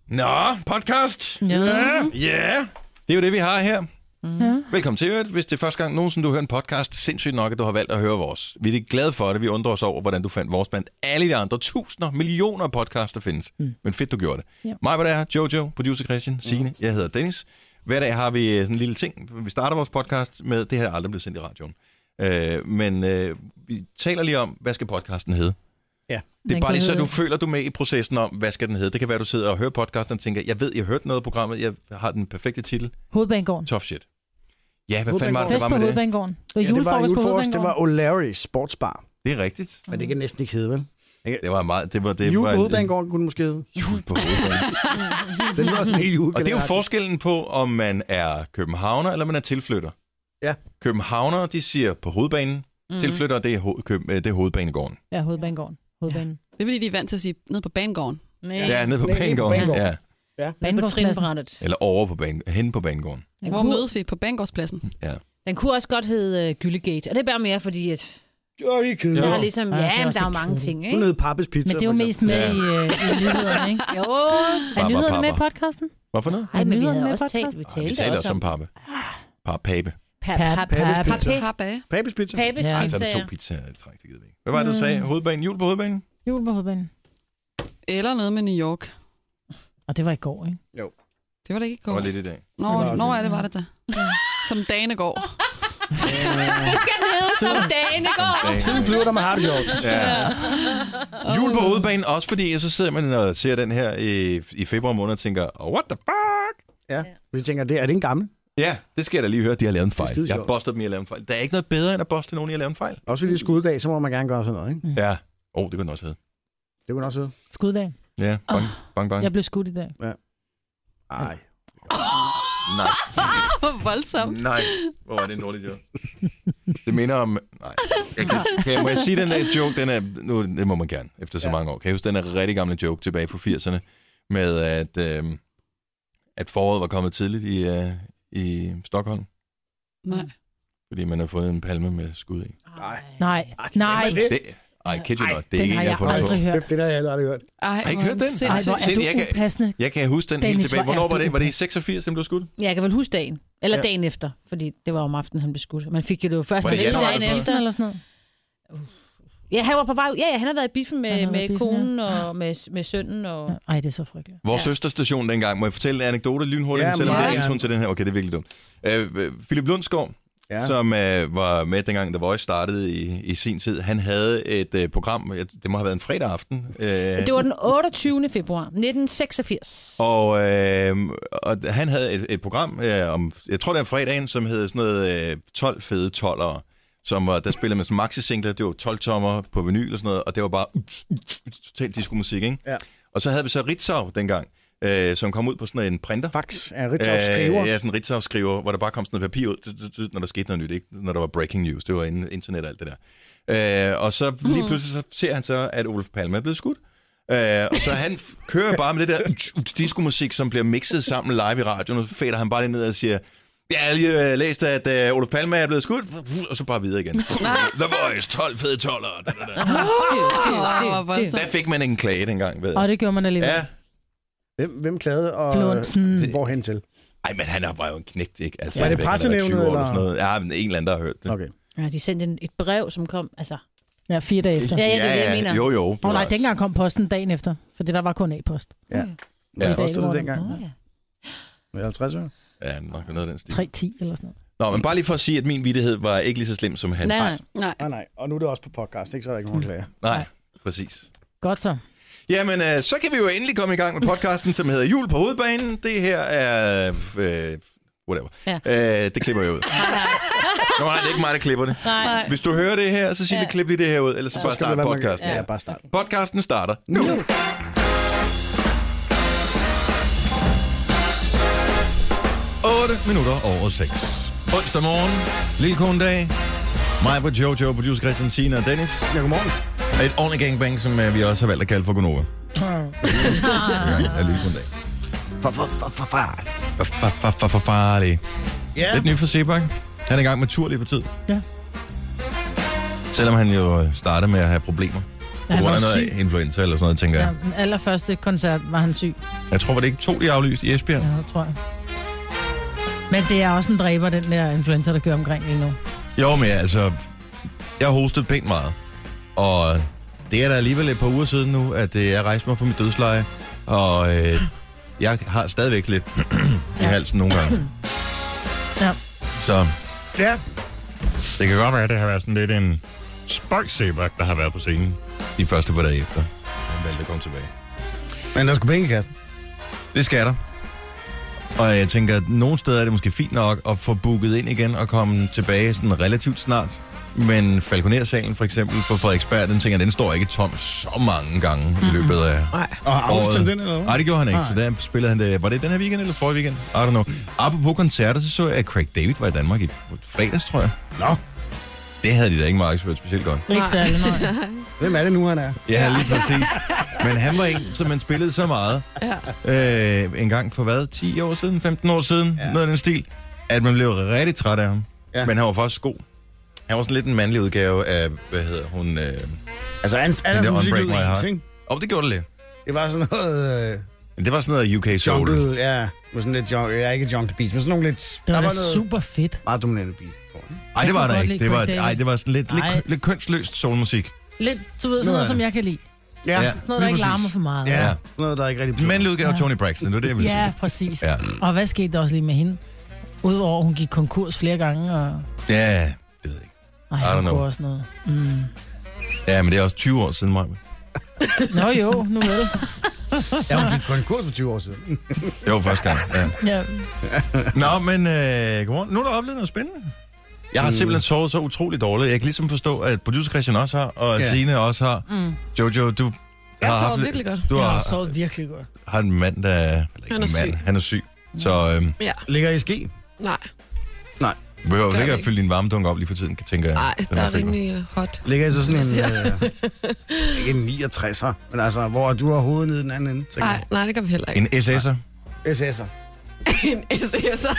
Nå, podcast. Ja. Det er jo det, vi har her. Ja. Velkommen til Hvis det er første gang nogensinde, du hører en podcast, sindssygt nok, at du har valgt at høre vores. Vi er glade for det. Vi undrer os over, hvordan du fandt vores blandt alle de andre tusinder, millioner af podcasts, der findes. Men fedt, du gjorde det. Ja. Mig, hvad der er, Jojo, producer Christian, Signe, jeg hedder Dennis. Hver dag har vi sådan en lille ting. Vi starter vores podcast med, det her aldrig blevet sendt i radioen. Men vi taler lige om, hvad skal podcasten hedde? Ja. Det er bare lige så, du føler, du er med i processen om, hvad skal den hedde. Det kan være, du sidder og hører podcasten og tænker, jeg ved, jeg har hørt noget af programmet, jeg har den perfekte titel. Hovedbanegården. Tough shit. Ja, hvad fanden var det, Fest var på med det? Hovedbanegården. Ja, det var julefrokost, det var O'Larry's Sportsbar. Det er rigtigt. Men det kan næsten ikke hedde, vel? Det var meget... Det Jul var på Hovedbanegården kunne det måske hedde. Jul på Hovedbanegården. Den var sådan helt jul. Og det er jo forskellen på, om man er københavner, eller man er tilflytter. Ja. Københavnere, de siger på hovedbanen. Tilflytter, det er Hovedbanegården. Ja, Hovedbanegården. Hovedbanen. Det er fordi, de er vant til at sige ned på banegården. Ja, nede på banegården. Ja. Ja. Banegårdspladsen. Eller over på hen på banegården. Hvor mødes vi? På banegårdspladsen? Ja. Den kunne også godt hedde Gyllegate. Og det er bare mere, fordi at... Det Jeg har ligesom... Ja, Ja, men der er jo mange ting, ikke? Hun hed Pappes Pizza. Men det er jo mest med i nyhederne, ikke? Jo, er nyhederne med i podcasten? Hvorfor noget? Ej, men vi nyhederne havde med også i talt. Vi taler også om pappe. Pape. Pappes Pizza. Nej, så er det 2 pizzaer. Det gider vi ikke. Hvad var det, du sagde? Hovedbanen? Jul på Hovedbanen? Jul på Hovedbanen. Eller noget med New York. Og det var i går, ikke? Jo. Det var det ikke i Det går. var lidt i dag. Når er det, var det da? Som dagene går. Det skal hedde som dagene går. Tiden flyver, når man har det sjovt. Ja. Jul på Hovedbanen, også fordi så sidder man og ser den her i februar måned og tænker, what the fuck? Ja, vi tænker, er det en gammel? Ja, det skal jeg da lige høre, de har lavet en fejl. Det er Jeg har bustet dem i at lave en fejl. Der er ikke noget bedre, end at buste nogen i at lave en fejl. Også fordi det er skuddag, så må man gerne gøre sådan noget, ikke? Ja. Det kunne den også hedde. Det kunne også hedde. Skuddag. Ja, bang. Jeg blev skudt i dag. Ej. Nej. Hvor voldsomt. Nej. Hvor er det en dårlig joke? Det minder om... Nej. Må jeg sige, den der joke, den er... Nu, det må man gerne, efter så mange år. Kan jeg huske, den er rigtig gamle joke tilbage fra 80'erne, med at foråret var kommet tidligt i Stockholm. Nej. Fordi man har fundet en palme med skud i. Nej. Ej, kid you not. Det er Den ikke har en, jeg har jeg fundet på. aldrig hørt. Det har jeg aldrig hørt. Ej, Har I ikke hørt den? Ej, hvor er du upassende. Jeg kan huske den helt Dennis, tilbage. hvor er Hvornår var du det? Var det i 86, den blev skudt? Ja, jeg kan vel huske dagen. Eller Ja. dagen efter. Fordi det var om aftenen, han blev skudt. Man fik jo først Var det januar dagen eller sådan efter eller sådan noget. Ja, han var på vej. Ja, han har været i biffen med konen og med sønnen. Og... Ej, det er så frygteligt. Vores søsterstation dengang. Må jeg fortælle en anekdote lynhurtigt, Ja, selvom det er meget introen til den her? Okay, det er virkelig dumt. Philip Lundsgaard, som var med dengang, The Voice startede i sin tid, han havde et program, det må have været en fredag aften. Det var den 28. februar 1986. Og han havde et program om, jeg tror det var fredagen, som hed sådan noget 12 fede 12'ere. Der spillede man sådan maxi-singler, det var 12-tommer på vinyl og sådan noget, og det var bare totalt disco-musik, ikke? Ja. Og så havde vi så Ritzau dengang, som kom ud på sådan en printer. Fax er Ritzau skriver. Ja, sådan en Ritzau skriver, hvor der bare kom sådan noget papir ud, når der skete noget nyt, ikke? Når der var breaking news, det var internet og alt det der. Og så lige pludselig så ser han så, at Olof Palme er blevet skudt. Og så han kører bare med det der disco-musik, som bliver mixet sammen live i radioen, og så fader han bare lige ned og siger... Jeg har lige læst, at Olof Palme er blevet skudt, og så bare videre igen. The Voice, 12 fede 12'ere. Der fik man en klage dengang, ved jeg. Og det gjorde man alligevel. Ja. Hvem klagede, og hvorhen til? Ej, men han var jo en knægt, ikke? Altså, var det pressenævnet, eller? Sådan noget. Ja, men en eller anden, der har hørt det. Okay. Ja, de sendte et brev, som kom, altså... Ja, 4 dage efter. Ja, det er det, jeg mener. Jo. Nej, dengang kom posten dagen efter, for det der var kun A-post. Ja. Ja. Kostede det dengang? Ja. Med 50 øre? Ja, nok noget af den stil. 3-10 eller sådan noget. Nå, men bare lige for at sige, at min vittighed var ikke lige så slem som hans. Nej. Og nu er det også på podcast, ikke? Så er der ikke nogen klager. Nej, præcis. Godt så. Jamen, så kan vi jo endelig komme i gang med podcasten, som hedder Jul på Hovedbanen. Det her er... whatever. Ja. Det klipper jeg ud. Nej, det er ikke mig, der klipper det. Nej. Hvis du hører det her, så sig lige, klip lige det her ud, eller så bare start podcasten. Ja, bare start. Podcasten starter nu. 8:08. Onsdag morgen, lille konedag. Mig på Jojo, producer Christian, Signe og Dennis. Ja, godmorgen. Et ordentligt gangbang, som vi også har valgt at kalde for Gonova. Ja, lille konedag. For farlig. Ja. Lidt nyt for Sebak. Han er i gang med tur lige på tid. Ja. Selvom han jo starter med at have problemer. På grund af noget influenza eller sådan noget, tænker jeg. Den allerførste koncert var han syg. Jeg tror, var det ikke 2, de aflyste i Esbjerg? Ja, det tror jeg. Men det er også en dræber, den der influenza, der kører omkring lige nu. Jo, men altså, jeg har hostet pænt meget. Og det er da alligevel et par uger siden nu, at jeg rejste mig fra mit dødsleje. Og jeg har stadigvæk lidt i halsen nogle gange. Ja. Så Ja. det kan godt være, at det har været sådan lidt en spøjsæbak, der har været på scenen de første par dage efter. Jeg valgte at komme tilbage. Men der skulle penge i kassen. Det skal der. Og jeg tænker, at nogle steder er det måske fint nok at få booket ind igen og komme tilbage sådan relativt snart. Men Falconer-salen for eksempel på Frederiksberg, den tænker, den står ikke tom så mange gange i løbet af Og aflyste den, eller hvad? Nej, det gjorde han ikke, så der spillede han det. Var det den her weekend eller forrige weekend? I don't know. Apropos koncerter, så jeg, at Craig David var i Danmark i fredags, tror jeg. Nå. Det havde de da ikke markedsført specielt godt. Ikke særlig meget. Hvem er det nu, han er? Ja, lige præcis. Men han var en, som man spillede så meget. En gang for hvad? 10 år siden? 15 år siden? Ja. Noget af den stil. At man blev rigtig træt af ham. Ja. Men han var faktisk god. Han var sådan lidt en mandlig udgave af, hvad hedder hun? Altså, han er sådan musik ud af ting. Det gjorde det lidt. Det var sådan noget... Det var sådan noget UK soul. Jungle, ja. Med sådan lidt jungle, ja, ikke jungle beats, men sådan nogle lidt... Det var noget super fedt. Meget dominante beat. Nej, det var der ikke. Det var sådan lidt kønsløst soulmusik. Lidt, du ved, sådan noget, som jeg kan lide. Ja, noget, der ikke larmer for meget. Ja, noget, der ikke rigtig betyder. Mandlig udgave af Toni Braxton, det var det, jeg ville sige. Ja, præcis. Ja. Og hvad skete der også lige med hende? Udover, hun gik konkurs flere gange, og... Ja, det ved jeg ikke. Ej, hun kunne også noget. Ja, men det er også 20 år siden, Maja. Nå jo, nu ved du. Ja, hun gik konkurs for 20 år siden. Det var første gang, ja. Nå, men godmorgen. Nu er der oplevet noget spændende. Jeg har simpelthen sovet så utroligt dårligt. Jeg kan ligesom forstå, at producer Christian også har, og Signe også har. Jojo, du har sovet virkelig godt. Jeg har sovet virkelig godt. Har en mand, der... Han er syg. Så... Ligger I ski? Nej. Du behøver ikke at fylde din varmedunk op lige for tiden, tænker jeg. Nej, det er rimelig hot. Ligger I så sådan en... ikke en 69'er, men altså, hvor du har hovedet nede i den anden ende? Nej, det gør vi heller ikke. En SS'er? SS'er. En SS'er.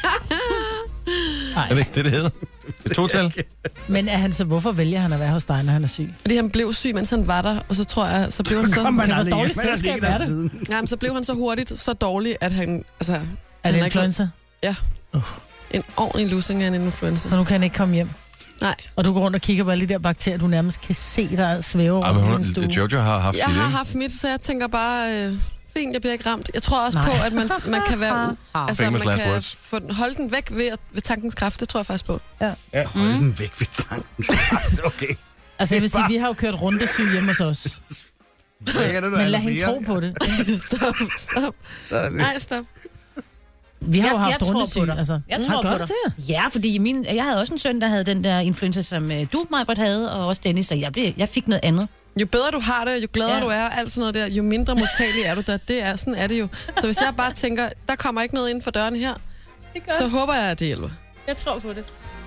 Er det ikke det hedder? Det er total. Men er han så, hvorfor vælger han at være hos dig, når han er syg? Fordi han blev syg, mens han var der, og så tror jeg, så blev han så... Hvor dårligt selskab er det? Ja, men så blev han så hurtigt, så dårlig, at han... Altså, er det influenza? Ja. En ordentlig lussing af en influenza. Så nu kan han ikke komme hjem? Nej. Og du går rundt og kigger på alle de der bakterier, du nærmest kan se der svæve rundt i din stue. Jojo har haft Jeg har haft mit, så jeg tænker bare... Fint, jeg bliver ikke ramt. Jeg tror også på, at man kan være... altså, man kan holde den væk ved tankens kraft. Det tror jeg faktisk på. Ja, holde den væk ved tankens kraft. Okay. Altså, jeg vil sige, vi har jo kørt rundesyg hjemme hos os. Men lad hende tro på det. Stop. Nej, stop. Vi har jo haft rundesyg. Altså. Jeg tror på dig. Ja, fordi jeg havde også en søn, der havde den der influenza, som du, Majbert, havde, og også Dennis, så jeg fik noget andet. Jo bedre du har det, jo gladere du er, og alt sådan noget der, jo mindre modtagelig er du der. Sådan er det jo. Så hvis jeg bare tænker, der kommer ikke noget inden for døren her, så håber jeg, at det hjælper. Jeg tror på det.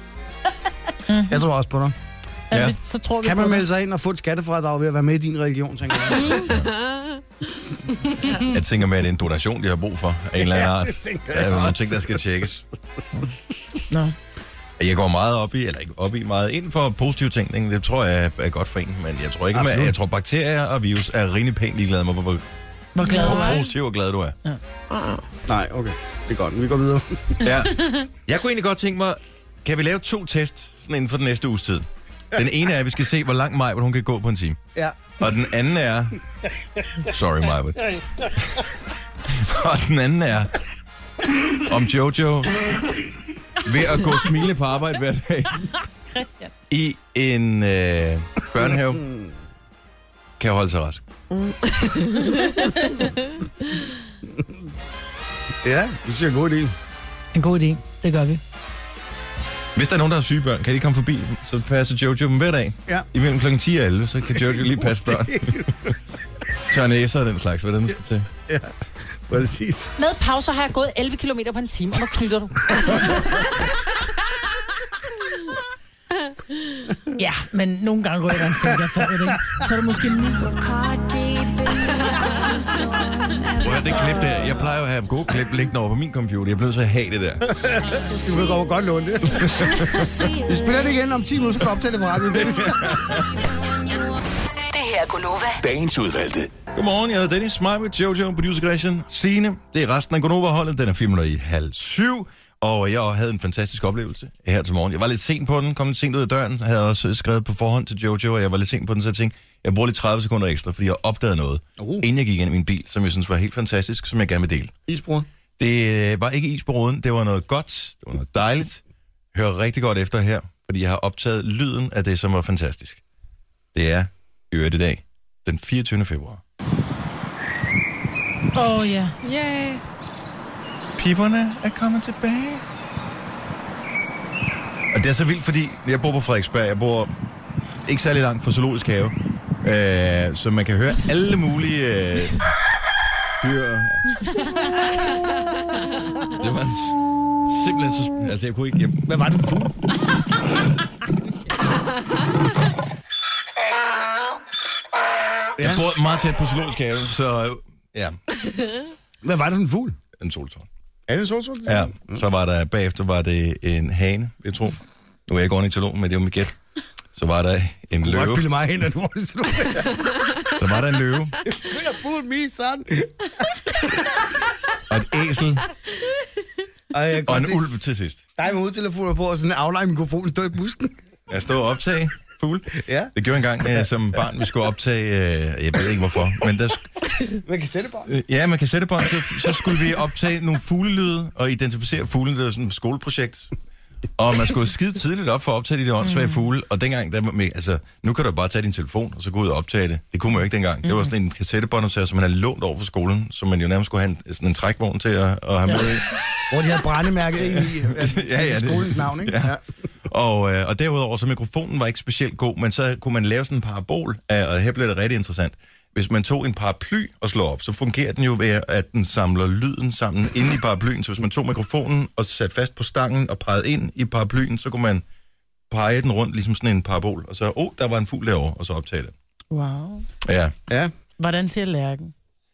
Jeg tror også på dig. Ja. Så tror vi kan man melde sig ind og få et skattefradrag ved at være med i din religion, tænker jeg? Jeg tænker med, at det er en donation, de har brug for af en eller anden art. Der er nogle ting, der skal tjekkes. Nå. Jeg går meget meget ind for positiv tænkning. Det tror jeg er godt for en, men jeg tror ikke, jeg tror bakterier og virus er rimelig pænt ligeglade med, hvor positiv og glad du er. Ja. Nej, okay. Det er godt. Vi går videre. Ja. Jeg kunne egentlig godt tænke mig, kan vi lave 2 test sådan inden for den næste uges tid? Den ene er, at vi skal se, hvor langt Majbert hun kan gå på en time. Ja. Og den anden er... Sorry, Majbert. Og den anden er, om Jojo ved at gå smilende på arbejde hver dag i en børnehave kan holde sig rask. Ja, det synes jeg er en god idé. En god idé, det gør vi. Hvis der er nogen, der har syge børn, kan de komme forbi, så passer Jojo dem hver dag. Ja. Imellem kl. 10 og 11, så kan Jojo lige passe børn. Tør næser og den slags, hvad den skal til. Ja, præcis. Med pauser har jeg gået 11 km på en time, og nu knytter du. Ja, men nogle gange rører der en finger for det. Så er det måske nu. Det klip der, jeg plejer at have gode klip liggende over på min computer. Jeg blev så at have det der. Du kan godt låne det. Vi spiller det igen om 10 minutter, så kan du optage det på radioen. Det er Gonova. Dagens udvalgte. Godmorgen, jeg hedder Dennis, mig med Jojo, producer Christian, Signe. Det er resten af Gonova-holdet. Den er 7:05, og jeg havde en fantastisk oplevelse her til morgen. Jeg var lidt sent på den, kom lidt sent ud af døren. Jeg havde også skrevet på forhånd til Jojo, og jeg var lidt sent på den, så jeg tænkte, jeg bruger lige 30 sekunder ekstra, fordi jeg opdagede noget, inden jeg gik ind i min bil, som jeg synes var helt fantastisk, som jeg gerne vil dele. Isbror? Det var ikke is på roden, det var noget godt, det var noget dejligt. Hør rigtig godt efter her, fordi jeg har optaget lyden af det, som var fantastisk. Det er i øvrigt i dag, den 24. februar. Ja. Yay. Piberne er kommet tilbage. Og det er så vildt, fordi jeg bor på Frederiksberg. Jeg bor ikke særlig langt fra Zoologisk Have. Så man kan høre alle mulige dyr. Det var simpelthen så... Altså, jeg kunne ikke... Hvad var det for fugl? Jeg bor meget tæt på Zoologisk Have, så ja. Hvad var det for en fugl? En soltårn. Er det en soltårn? Ja, så var der bagefter var det en hane, jeg tror. Nu er jeg ikke ornitolog, men det var mit gæt. Så var der en løve. Du må mig hen, at du var det. Så var der en løve. Jeg fugl me, son. Og et æsel. Og en ulv til sidst. Der er med hovedtelefoner på, og sådan en aflejret mikrofon stod i busken. Jeg stod og optage fugle. Ja. Det gjorde jeg engang som barn, vi skulle optage, jeg ved ikke hvorfor, men der... Man kan sætte bånd. Ja, man kan sætte bånd, så skulle vi optage nogle fuglelyde og identificere fuglene. Det var sådan et skoleprojekt. Og man skulle skide tidligt op for at optage de der åndssvage fugle. Og dengang, altså, nu kan du bare tage din telefon, og så gå ud og optage det. Det kunne man jo ikke dengang. Det var sådan en kassettebåndoptager, som man havde lånt over for skolen, som man jo nærmest skulle have sådan en trækvogn til at have med i. Hvor de havde brændemærket ind i skolens navn, ikke? Ja. Og derudover, så mikrofonen var ikke specielt god, men så kunne man lave sådan en parabol, og her blev det rigtig interessant. Hvis man tog en paraply og slår op, så fungerer den jo ved, at den samler lyden sammen inde i paraplyen. Så hvis man tog mikrofonen og satte fast på stangen og pegede ind i paraplyen, så kunne man pege den rundt, ligesom sådan en parabol. Og så, der var en fugl derovre, og så optage det. Wow. Ja. Hvordan siger lærken?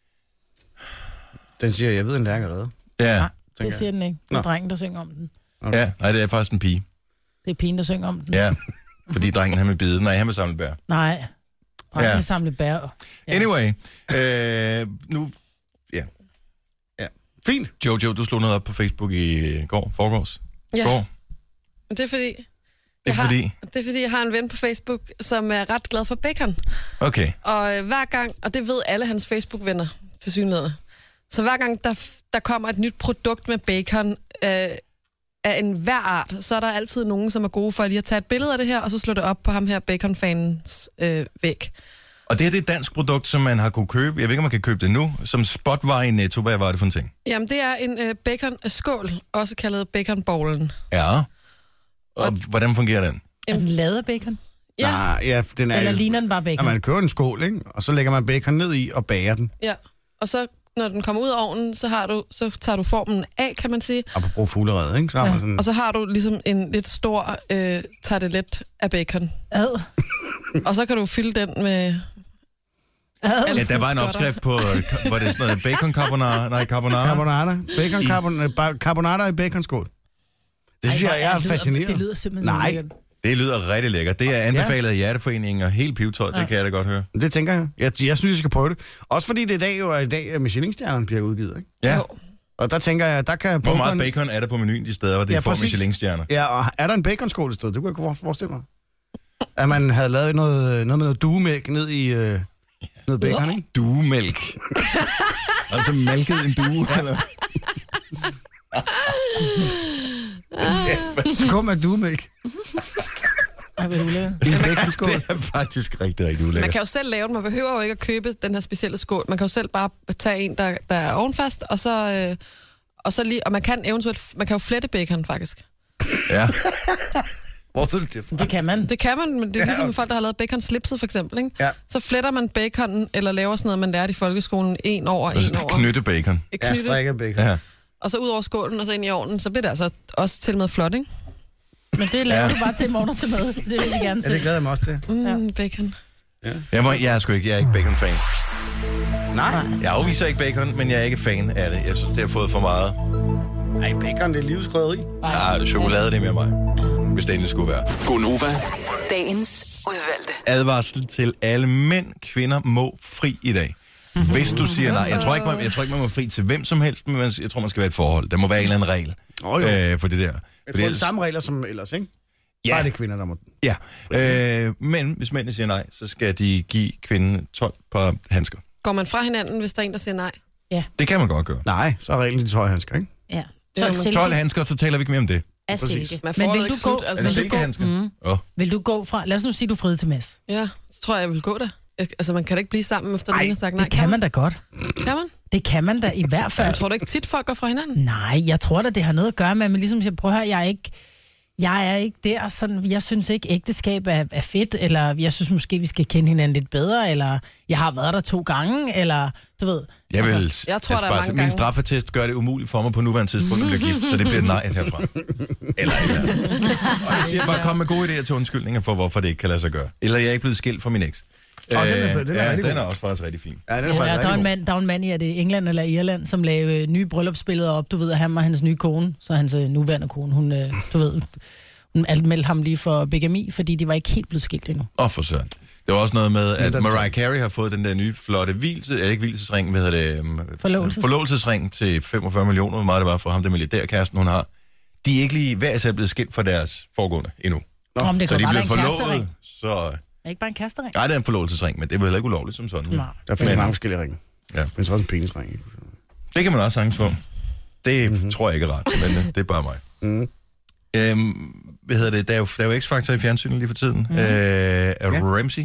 Den siger, jeg ved en lærke allerede. Ja. Nej, det siger den ikke. Det er drengen, der synger om den. Okay. Ja, nej, det er faktisk en pige. Det er pigen, der synger om den. Ja, fordi drengen han vil bide. Nej, han vil samle bær. Nej, drengen vil samle bær. Ja. Anyway, nu... Ja. Fint. Jojo, du slog noget op på Facebook i forgårs. Ja. Går. Det er fordi... Det er fordi, jeg har en ven på Facebook, som er ret glad for bacon. Okay. Og hver gang, og det ved alle hans Facebook-venner til synligheden, så hver gang der kommer et nyt produkt med bacon af en hver art, så er der altid nogen, som er gode for lige at tage et billede af det her, og så slå det op på ham her bacon-fanens væg. Og det er et dansk produkt, som man har kunne købe. Jeg ved ikke, om man kan købe det nu. Som spotvarer i Netto. Hvad var det for en ting? Jamen, det er en bacon-skål, også kaldet baconbollen. Ja. Og hvordan fungerer den? Er den lavet af bacon? Ja. Nej, ja, den er... Eller ligner den bare bacon? Ja, man kører en skål, ikke? Og så lægger man bacon ned i og bager den. Ja, og så når den kommer ud af ovnen, så tager du formen af, kan man sige. Apropos fuglerede, ikke? Så har man sådan... Og så har du ligesom en lidt stor tartelet af bacon. Og så kan du fylde den med... Ja, der var en opskrift på, var det sådan noget bacon carbonara? Nej, carbonara. Carbonara i baconskål. Det synes jeg er fascinerende. Det lyder simpelthen lækkert. Det lyder rigtig lækkert. Det er anbefalet af Hjerteforeningen og helt pivetøj, det kan jeg da godt høre. Det tænker jeg. Jeg synes, jeg skal prøve det. Også fordi det er i dag, Michelin-stjernerne bliver udgivet, ikke? Ja. Og der tænker jeg, der kan... Hvor meget bacon er der på menuen de steder, hvor det får Michelin-stjerner? Ja, og er der en baconskål et sted? Det kunne jeg godt forestille mig. At man havde lavet noget med noget duemælk ned i noget bacon, ikke? Duemælk. Altså malket en due, eller? Skum af duemælk. Det er faktisk rigtig ulækkert. Man kan jo selv lave den. Man behøver jo ikke at købe den her specielle skål. Man kan jo selv bare tage en, der er ovenfast, og så lige... Og man kan jo flette bacon, faktisk. Ja. Det kan man. Det kan man, men det er ligesom folk, der har lavet bacon-slipset, for eksempel, ikke? Ja. Så fletter man baconen, eller laver sådan noget, man lærte i folkeskolen, en over. Knytte bacon. Ja, strikke bacon. Ja. Og så ud over skålen og så ind i ovnen, så bliver det altså også til med flot, ikke? Men det laver du bare til i morgen og til mad. Det vil jeg gerne se. Ja, det glæder jeg mig også til. Bacon. Ja. Jeg er ikke bacon-fan. Nej. Jeg afviser ikke bacon, men jeg er ikke fan af det. Jeg synes, det har fået for meget. Nej, bacon, det er livskrydderi. Chokolade, det er mere mig. Hvis det endelig skulle være. Gonova. Dagens udvalgte. Advarsel til alle mænd. Kvinder må fri i dag. Hvis du siger nej. Jeg tror ikke, man må fri til hvem som helst, men jeg tror, man skal være et forhold. Der må være en eller anden regel for det der. Jeg tror, det er samme regler som ellers, ikke? Ja. Bare det kvinder, der må... Ja. Men hvis mændene siger nej, så skal de give kvinden 12 par handsker. Går man fra hinanden, hvis der er en, der siger nej? Det kan man godt gøre. Nej, så er reglen de 12 handsker, ikke? Ja. 12 handsker, så taler vi ikke mere om det. Af silke. Man Men får vil ikke du slut, gå- Er det altså. silkehandsker? Vil du gå fra... Lad os nu sige, du er friet til Mads. Ja, så tror jeg vil gå der. Altså, man kan da ikke blive sammen, efter den ene har sagt nej. Det kan man da godt. Kan man? Det kan man da i hvert fald. Jeg tror da ikke tit, folk går fra hinanden. Nej, jeg tror da, det har noget at gøre med, at man ligesom siger, prøv at høre, jeg er ikke der, sådan, jeg synes ikke, ægteskab er fedt, eller jeg synes måske, vi skal kende hinanden lidt bedre, eller jeg har været der 2 gange, eller du ved. Jeg tror, der er mange min gange. straffetest gør det umuligt for mig på nuværende tidspunkt at blive gift, så det bliver et nej herfra. Eller. Og jeg siger bare, kom med gode idéer til undskyldninger for, hvorfor det ikke kan lade sig gøre. Eller jeg er ikke blevet skilt fra min eks. Den Den er også faktisk rigtig fin. Ja, den er Ja, faktisk der var en mand i, er det England eller Irland, som lavede nye bryllupsbilleder op, du ved, at han var hans nye kone, så hans nuværende kone, hun, du ved, hun meldte ham lige for bigami, fordi de var ikke helt blevet skilt endnu. For søren. Det var også noget med, at Mariah Carey har fået den der nye flotte hvilesesring, hvad hedder det? Forlovelsesring til 45 millioner, hvor meget det var for ham, den milliardærkæresten, hun har. De er ikke lige hver især blevet skilt fra deres foregående endnu. Om det Så kunne de bare blev være en kærestering. forlovet, så... Er ikke bare en kærestering? Nej, det er en forlovelsesring, men det er vel heller ikke ulovligt som sådan. Nej. Der findes mange forskellige ringe. Ja. Der findes også en penisring, ikke? Det kan man også sagtens få. Det tror jeg ikke er ret, men det er bare mig. Hvad hedder det? Der er jo X-Factor i fjernsynet lige for tiden. Ramsey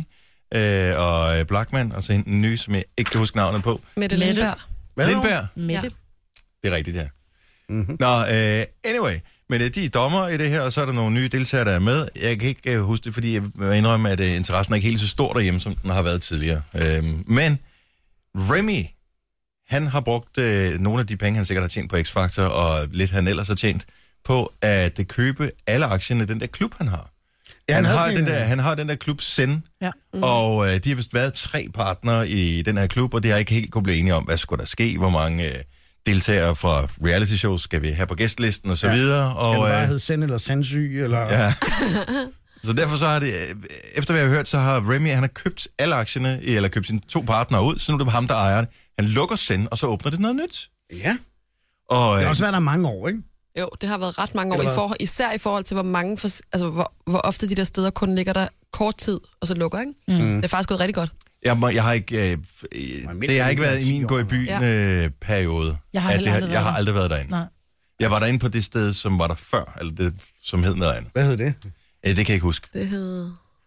og Blackman, og så en ny, som jeg ikke kan huske navnet på. Mette Lindberg. Lindberg? Mette. Det er rigtigt, ja. Nå, anyway. Men de er dommer i det her, og så er der nogle nye deltagere, der er med. Jeg kan ikke huske det, fordi jeg indrømmer, at interessen er ikke helt så stor derhjemme, som den har været tidligere. Men Remy, han har brugt nogle af de penge, han sikkert har tjent på X-Factor, og lidt han ellers har tjent, på at købe alle aktierne i den der klub, han har. Ja, han har den der klub Zen, og de har vist været 3 partnere i den her klub, og det har ikke helt kunne blive enige om, hvad skulle der ske, hvor mange deltagere fra reality shows skal vi have på gæstlisten og så videre. Og, skal det bare hedde Zen eller Zensyg, eller... Ja. Så derfor så har det, efter hvad jeg har hørt, så har Remy, han har købt alle aktierne, eller købt sine 2 partnere ud, så nu er det ham, der ejer det. Han lukker Zen, og så åbner det noget nyt. Ja. Og, det har også været der mange år, ikke? Jo, det har været ret mange år, især i forhold til, hvor mange, hvor ofte de der steder kun ligger der kort tid, og så lukker, ikke? Det er faktisk gået rigtig godt. Jeg har ikke, det har ikke været i min gå i byen periode. Jeg har aldrig været derinde. Nej. Jeg var derinde på det sted, som var der før, eller det, som hed noget andet. Hvad hed det? Det kan jeg ikke huske. Det hed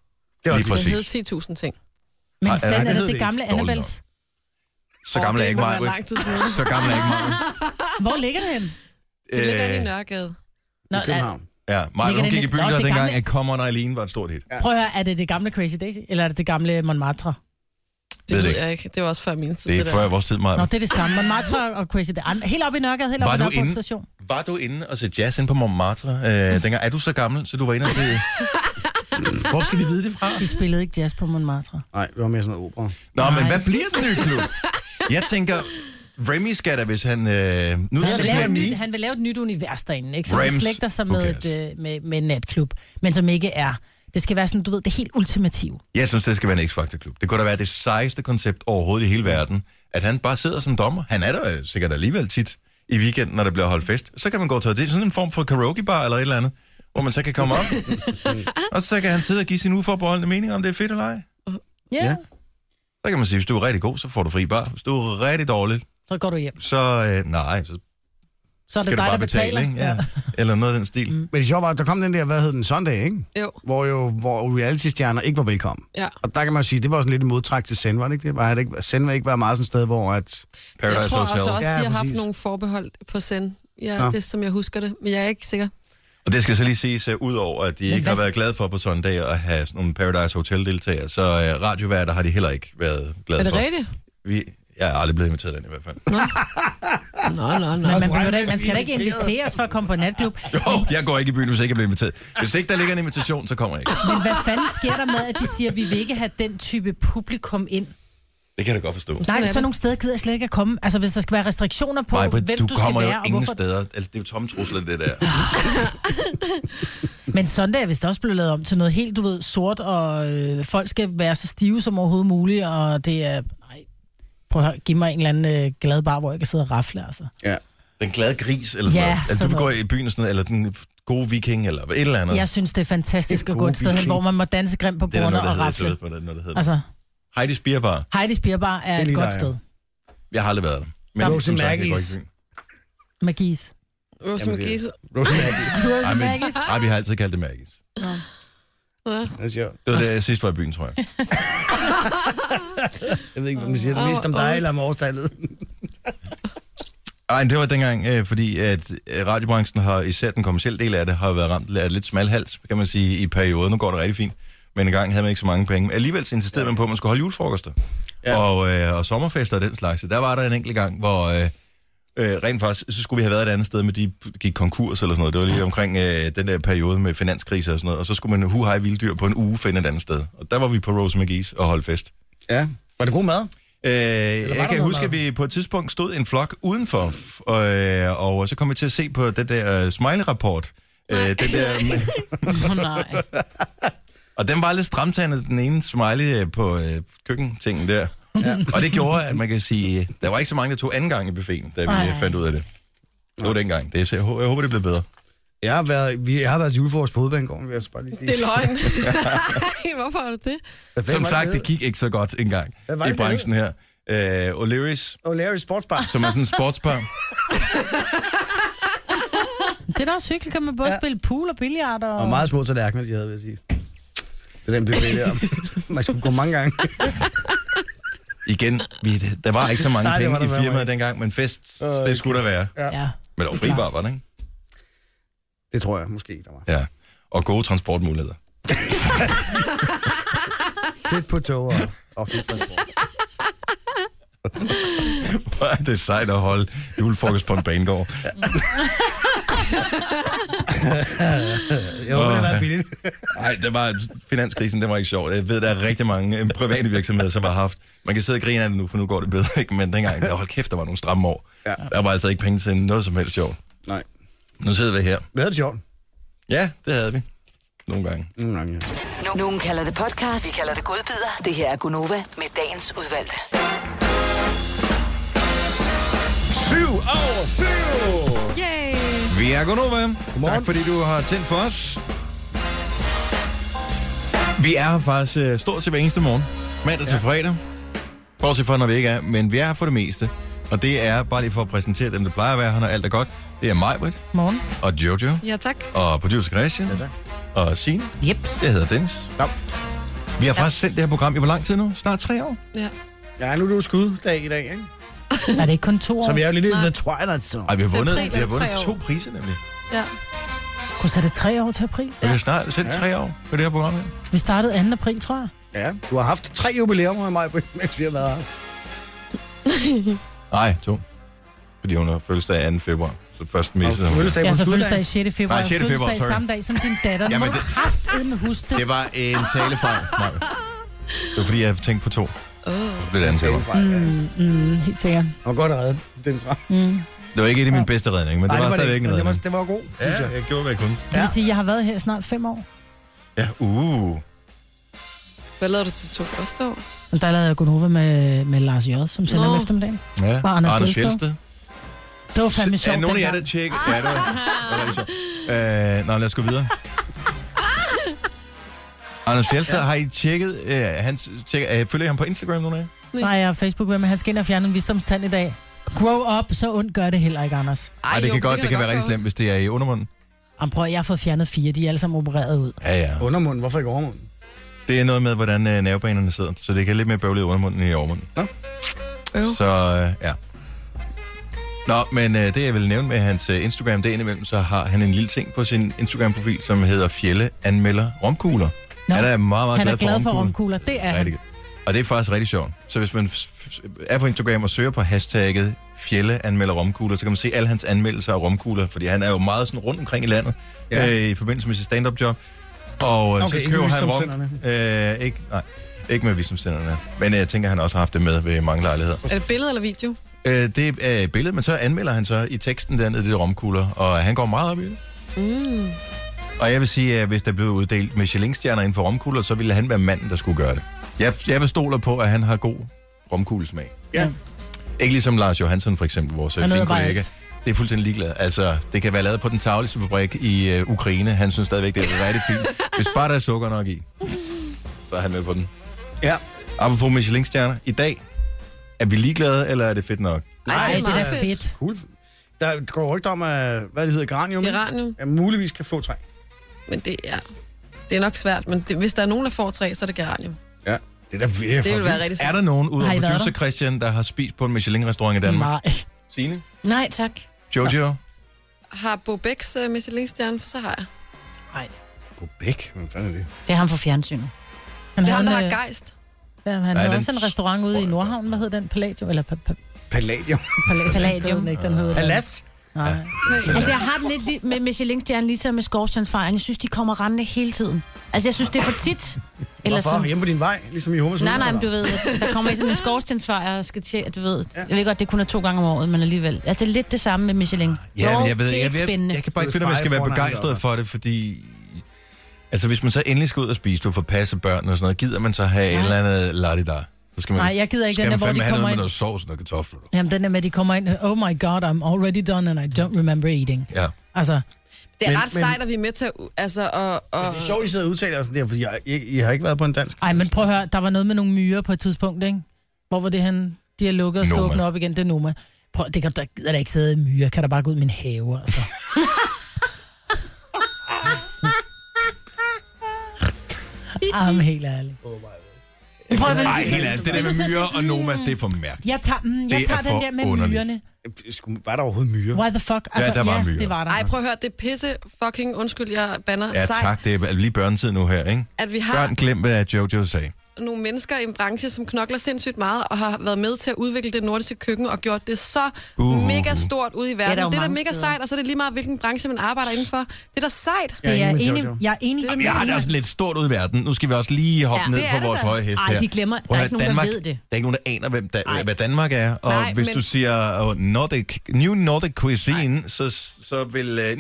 10.000 ting. Men Zen, er det gamle Annabelles? Så gammel er jeg ikke meget. Så gammel er jeg ikke meget. Hvor ligger det henne? Det ligger inde i Nørregade. I København. Ja, Maja, hun gik i byen der dengang, at Kommer og Eileen var et stort hit. Ja. Prøv at høre, er det gamle Crazy Daisy, eller er det gamle Montmartre? Det ved jeg ikke. Det var også før min tid. Det er før vores tid, Maja. Nå, det er det samme. Montmartre og Crazy Daisy. Helt op i Nørregade, helt op i Nørregade station. Var du inde og se jazz inde på Montmartre dengang? Er du så gammel, så du var inde og se... Hvor skal vi vide det fra? De spillede ikke jazz på Montmartre. Nej, det var mere sådan noget opera. Nå, men hvad bliver den nye klub? Jeg tænker... Remy skal da, hvis han... Han vil lave et nyt univers derinde, ikke? Så han slægter sig med en natklub, men som ikke er... Det skal være sådan, du ved, det helt ultimative. Jeg synes, det skal være en X-Factor-klub. Det kunne da være det sejeste koncept overhovedet i hele verden, at han bare sidder som dommer. Han er der sikkert alligevel tit i weekenden, når der bliver holdt fest. Så kan man gå til det. Sådan en form for karaokebar eller et eller andet, hvor man så kan komme op. Og så kan han sidde og give sin uforbeholdende mening om det er fedt eller ej. Ja. Så kan man sige, hvis du er rigtig god, så får du fri bar. Hvis du er rigtig dårlig, så går du hjem. Så så er det dig, der betaler. Ikke? Ja. Eller noget af den stil. Men det sjove var, at der kom den der, hvad hed den, Sunday, ikke? Jo. Hvor reality-stjerner ikke var velkommen. Ja. Og der kan man sige, det var sådan lidt et modtræk til Zen, var det ikke det? Zen var ikke været meget sådan et sted, hvor at... Paradise jeg tror Hotel. også, de har haft nogle forbehold på Zen. Ja, det er, som jeg husker det, men jeg er ikke sikker. Og det skal så lige siges, ud over at de ikke har været glade for på Sunday at have sådan nogle Paradise Hotel-deltagere, så radioværter har de heller ikke været glade for. Er det rigtigt? Jeg er aldrig blevet inviteret den i hvert fald. Nå. Man skal da ikke inviteres for at komme på natklub. Jo, jeg går ikke i byen, hvis jeg ikke bliver inviteret. Hvis ikke der ligger en invitation, så kommer jeg ikke. Men hvad fanden sker der med, at de siger, at vi vil ikke have den type publikum ind? Det kan jeg da godt forstå. Nej, så nogle steder gider jeg slet ikke at komme. Altså, hvis der skal være restriktioner på, hvem du skal være, og hvorfor... Du kommer jo ingen steder. Altså, det er jo tomme trusler, det der. Men Sunday er vist også blevet lavet om til noget helt, du ved, sort, og folk skal være så stive som overhovedet muligt, og det er... Nej, prøv at høre, giv mig en eller anden glad bar, hvor jeg kan sidde og rafle, altså. Ja. Den glade gris, eller sådan noget. Altså, du vil gå i byen sådan noget, eller den gode viking, eller et eller andet. Jeg synes, det er fantastisk at gå et sted hen, hvor man må danse grimt på bordene og rafle. Det er noget, der hedder. Altså... Heidi's Beer Bar. Heidi's Beer Bar er et godt sted. Jeg har aldrig været der. Men Rose Maggie's. Maggie's. Rose Maggie's. Rose Maggie's. Nej, vi har altid kaldt det Maggie's. Det var det sidste var i byen, tror jeg. Jeg ved ikke, hvad man siger. Det mest om dig eller om årstallet. Ej, det var dengang, fordi at radiobranchen har, især den kommercielle del af det, har været ramt af lidt smalhals, kan man sige, i perioden. Nu går det rigtig fint. Men engang havde man ikke så mange penge. Men alligevel insisterede man på, at man skulle holde julefrokoster. Ja. Og sommerfester og den slags. Der var der en enkelt gang, hvor rent faktisk, så skulle vi have været et andet sted, men de gik konkurs eller sådan noget. Det var lige omkring den der periode med finanskrise og sådan noget. Og så skulle man huhej vilddyr på en uge finde et andet sted. Og der var vi på Rose Maggie's og holdt fest. Ja. Var det god mad? Jeg kan huske, at vi på et tidspunkt stod en flok udenfor, og så kom vi til at se på den der smiley-rapport. Den der... Nej. Og den var lidt stramtandet, den ene smiley på køkkentingen der. Ja. Og det gjorde, at man kan sige, der var ikke så mange, der tog anden gang i buffeten, da vi fandt ud af det. Det var dengang. Jeg håber, det blev bedre. Jeg har været julefrokost på Hovedbanegården, vil jeg bare lige sige. Det er løgn. Hvorfor var det det? Som sagt, det gik ikke så godt engang i branchen her. O'Leary's Sportsbar. Som er sådan en sportsbar. Det er da også hyggeligt, kan man både spille pool og billiard. Og meget små tallerkener, de havde, vil jeg sige. Det er den buffet der. Man skulle gå mange gange. Igen, der var ikke så mange penge i firmaet dengang, men fest, det skulle der være. Ja. Men det var fribar, var det ikke? Det tror jeg måske, der var. Ja, og gode transportmuligheder. Tæt på tog og fisktransport. Hvor er det sejt at holde julefrokost på en banegård. Jeg håber, det var billigt. Nej, finanskrisen, det var ikke sjovt. Jeg ved, der er rigtig mange private virksomheder, som har haft... Man kan sidde og grine af det nu, for nu går det bedre, ikke? Men dengang, hold kæft, der var nogle stramme år. Ja. Der var altså ikke penge til noget som helst sjovt. Nej. Nu sidder vi her. Det havde det sjovt. Ja, det havde vi. Nogle gange, ja. Nogen kalder det podcast, vi kalder det godbider. Det her er Gunova med dagens udvalgte. 7 over 7! Yay! Vi er Gunova. Tak fordi du har tændt for os. Vi er her faktisk stort set hver eneste morgen. Mandag til fredag. Bortset fra, når vi ikke er. Men vi er her for det meste. Og det er, bare lige for at præsentere dem, der plejer at være her, når alt er godt. Det er mig, Britt. Morgen. Og Jojo. Ja, tak. Og producer Christian. Ja, tak. Og Signe. Jeps. Jeg hedder Dennis. Ja. Vi har faktisk sendt det her program i hvor lang tid nu? Snart 3 år? Ja. Ja, nu er det jo skuddag i dag, ikke? Er det ikke kun 2 år? Så vi er jo lidt i The Twilight Zone. Ej, vi har vundet, april, vi har vundet 3 2 år. priser nemlig. Ja. Kunne så er det 3 år til april? Vi har snart sendt 3 år på det her program her. Vi startede 2. april, tror jeg. Ja, du har haft 3 jubilæer med mig, mens vi har været her. Nej, 2. Fordi hun har fødselsdag 2. februar. Så først missede hun. Fødselsdag Jeg på så skuddag. fødselsdag 6. februar. Nej, 6. februar, Fødselsdag sorry. samme dag som din datter. Nu Jamen, må du kraftedeme huske det. Det var en talefejl. Nej. Det var fordi, jeg tænkte på 2. Det blev det 2. februar. Helt sikkert. Det var godt reddet, Dennis Ram. Det var ikke en af mine bedste redninger, men det var stadigvæk en redning. Det var god, synes jeg. Ja, jeg gjorde, hvad jeg kunne. Det vil sige, at jeg har været her snart 5 år. Ja, Hvad lavede du til 2 første år? Og der lavede jeg Gunova med Lars J., som sender om eftermiddagen. Ja, Og Anders Anders Fjeldsted. Fjeldsted. Det var fandme sjovt. Er nogen af jer, dengang. der tjekker? Ja, det var rigtig sjovt. Nå, lad os gå videre. Anders Fjeldsted, har I tjekket? Følger I ham på Instagram, nogen af jer? Nej, jeg har Facebook med, men han skal ind og fjerne en visdomstand i dag. Grow up, så ondt gør det heller ikke, Anders. Ej, det kan være rigtig slemt, hvis det er i undermunden. Prøv, jeg har fået fjernet 4, de er alle sammen opereret ud. Ja. Undermunden, hvorfor ikke overmunden? Det er noget med, hvordan nervebanerne sidder, så det kan lidt mere bøvlet i undermunden end i overmunden. Nå. Så, ja. Nå, men det jeg vil nævne med hans Instagram, det er indimellem, så har han en lille ting på sin Instagram-profil, som hedder Fjelle anmelder romkugler. Nå, Han er meget han er glad for romkugler. romkugler, det er han. Rigtig. Og det er faktisk rigtig sjovt. Så hvis man er på Instagram og søger på hashtagget Fjelle anmelder romkugler, så kan man se alle hans anmeldelser af romkugler, fordi han er jo meget sådan rundt omkring i landet i forbindelse med sit stand-up job. Og Okay, så ikke køber han visdomscenterne. ikke, nej. Ikke med visdomstænderne. Men jeg tænker, han også har haft det med ved mange lejligheder. Er det billede eller video? Det er et billede, men så anmelder han så i teksten dernede det romkugler, og han går meget op i det. Og jeg vil sige, at hvis der blev uddelt Michelin-stjerner inden for romkugler, så ville han være manden, der skulle gøre det. Jeg vil stole på, at han har god romkuglesmag. Ja. Ikke ligesom Lars Johansson for eksempel, vores fine kollega. Det er fuldstændig ligeglad. Altså, det kan være lavet på den tarveligste fabrik i Ukraine. Han synes stadigvæk, det er rigtig fint. Hvis bare der er sukker nok i, så er han med på den. Ja. Apropos Michelin-stjerner. I dag, er vi ligeglade, eller er det fedt nok? Nej, det er da fedt. Cool. Der går rygter om, hvad det hedder, geranium. Geranium. Ja, muligvis kan få 3. Men det er nok svært. Men hvis der er nogen, der får 3, så er det geranium. Ja. Det vil være rigtig Er der nogen ud over producer Christian, der har spist på en Michelin-restaurant i Danmark? Nej. Signe? Nej, tak. Jojo? Har Bo Bæks Michelin-stjerne, så har jeg. Nej. På Bæk? Hvad fanden er det? Det er ham for fjernsynet. Det er ham, der har Geist. Ja, han har også en restaurant ude i Nordhavn. Hvad hedder den? Palladium? Eller Palladium. Palladium, ikke? Den hedder Palas? Nej. Altså, jeg har det lidt med Michelin-stjernen, ligesom med skorstensfejren. Jeg synes, de kommer rendende hele tiden. Altså, jeg synes, det er for tit. Hvorfor? Hjemme på din vej? Ligesom i Homer's Nej, men du ved, der kommer sådan en skorstensfejr og skal tjekke, du ved. Ja. Jeg ved godt, det kun er 2 gange om året, men alligevel. Altså, lidt det samme med Michelin. Ja, men jeg ved det er ikke spændende. Jeg kan bare ikke finde, at man skal være begejstret for det, fordi... Altså, hvis man så endelig skal ud og spise, du får passe børn og sådan noget, gider man så have et eller andet ladidar? Nej, jeg gider ikke den der, hvor de kommer ind. med noget sovs og kartofler. Jamen, den der med, de kommer ind, oh my god, I'm already done, and I don't remember eating. Ja. Altså... Det er ret sejt, at vi er med til at... Altså, Men det er sjovt, I sidder og udtaler sådan der, fordi I har ikke været på en dansk. Ej, men prøv at høre, der var noget med nogle myrer på et tidspunkt, ikke? Hvor var det han, de har lukket og skal åbne op igen, det er Noma. Prøv, det kan der ikke sidde i myrer, kan der bare gå ud i min have, altså. I'm helt ærlig. Nej, helt ærligt. Det der med myrer og Nomas, det er for mærkeligt. Jeg tager den der med myrerne. Var der overhovedet myrer? Why the fuck? Altså, ja, der var myrer. Det var der. Ej, prøv at høre, det er pisse fucking, undskyld, jeg banner ja, sejt. Tak, det er lige børnetid nu her, ikke? At vi har børn, glem, hvad Jojo sagde. Nogle mennesker i en branche, som knokler sindssygt meget, og har været med til at udvikle det nordiske køkken, og gjort det så mega stort ude i verden. Det er da mega sejt, og så er det lige meget, hvilken branche man arbejder indenfor. Det er da sejt. Jeg er enig. Jeg har det også lidt stort ud i verden. Nu skal vi også lige hoppe ned fra vores høje hest her. Ej, de glemmer. Der er ikke nogen, der ved det. Der er ikke nogen, der aner, hvad Danmark er. Og nej, hvis du siger New Nordic Cuisine, så vil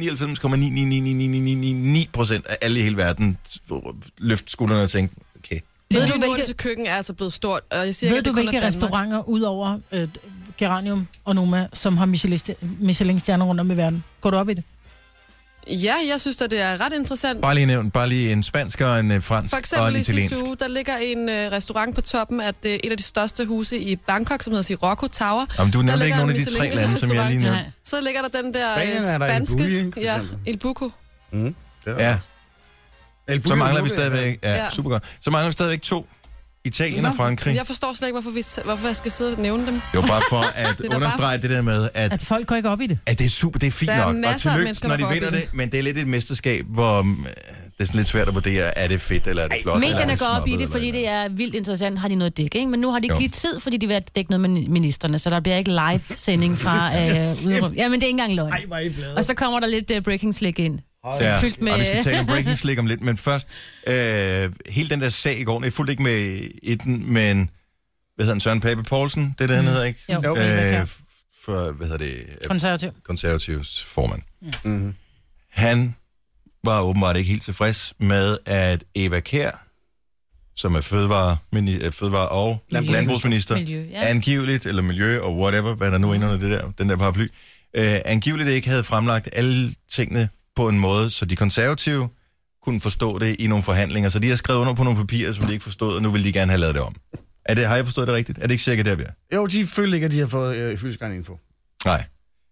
99,99999% af alle i hele verden løfte skuldrene og tænke, okay. Det nordiske køkken er altså blevet stort, og jeg siger ved ikke, du, hvilke restauranter udover Geranium og Noma, som har Michelin-stjerner rundt om i verden? Går du op i det? Ja, jeg synes, at det er ret interessant. Bare lige en spansk og en fransk og en italiensk. For eksempel i sidste uge, der ligger en restaurant på toppen af et af de største huse i Bangkok, som hedder Sirocco Tower. Jamen, du nævnte ikke nogen af de 3 lande, som jeg lige nævnte. Så ligger der den der spanske... El Buco. Ja. Så mangler vi stadigvæk... Ja, super godt. Så mangler vi stadigvæk 2. Italien og Frankrig. Jeg forstår slet ikke, hvorfor jeg skal sidde og nævne dem. Det var bare for at understrege det der med, at folk går ikke op i det. At det er super, det er fint nok. Og tillykke, når de vinder det, men det er lidt et mesterskab, hvor det er sådan lidt svært at vurdere, er det fedt, eller er det flot? Medierne går op i det, fordi det er vildt interessant, har de noget dæk, ikke? Men nu har de ikke lige tid, fordi de vil dække noget med ministerne, så der bliver ikke live-sending fra... ja, men det er ikke engang løgn. Og så kommer der lidt breaking slick ind. Ja, fyldt med... og vi skal tale om breaking slick om lidt, men først, hele den der sag i går, jeg fulgte ikke med i den, men, hvad hedder han, Søren Pape Poulsen, det han hedder, ikke? Jo. For, hvad hedder det? Konservativs formand. Mm-hmm. Han var åbenbart ikke helt tilfreds med, at Eva Kjær, som er fødevare og landbrugsminister, angiveligt, eller miljø og whatever, hvad der nu er inde under det der, den der paraply, angiveligt ikke havde fremlagt alle tingene på en måde, så de konservative kunne forstå det i nogle forhandlinger. Så de har skrevet under på nogle papirer, som de ikke forstod, og nu vil de gerne have lavet det om. Har jeg forstået det rigtigt? Er det ikke cirka der, vi er? Jo, de føler ikke, at de har fået fyldestgørende info. Nej.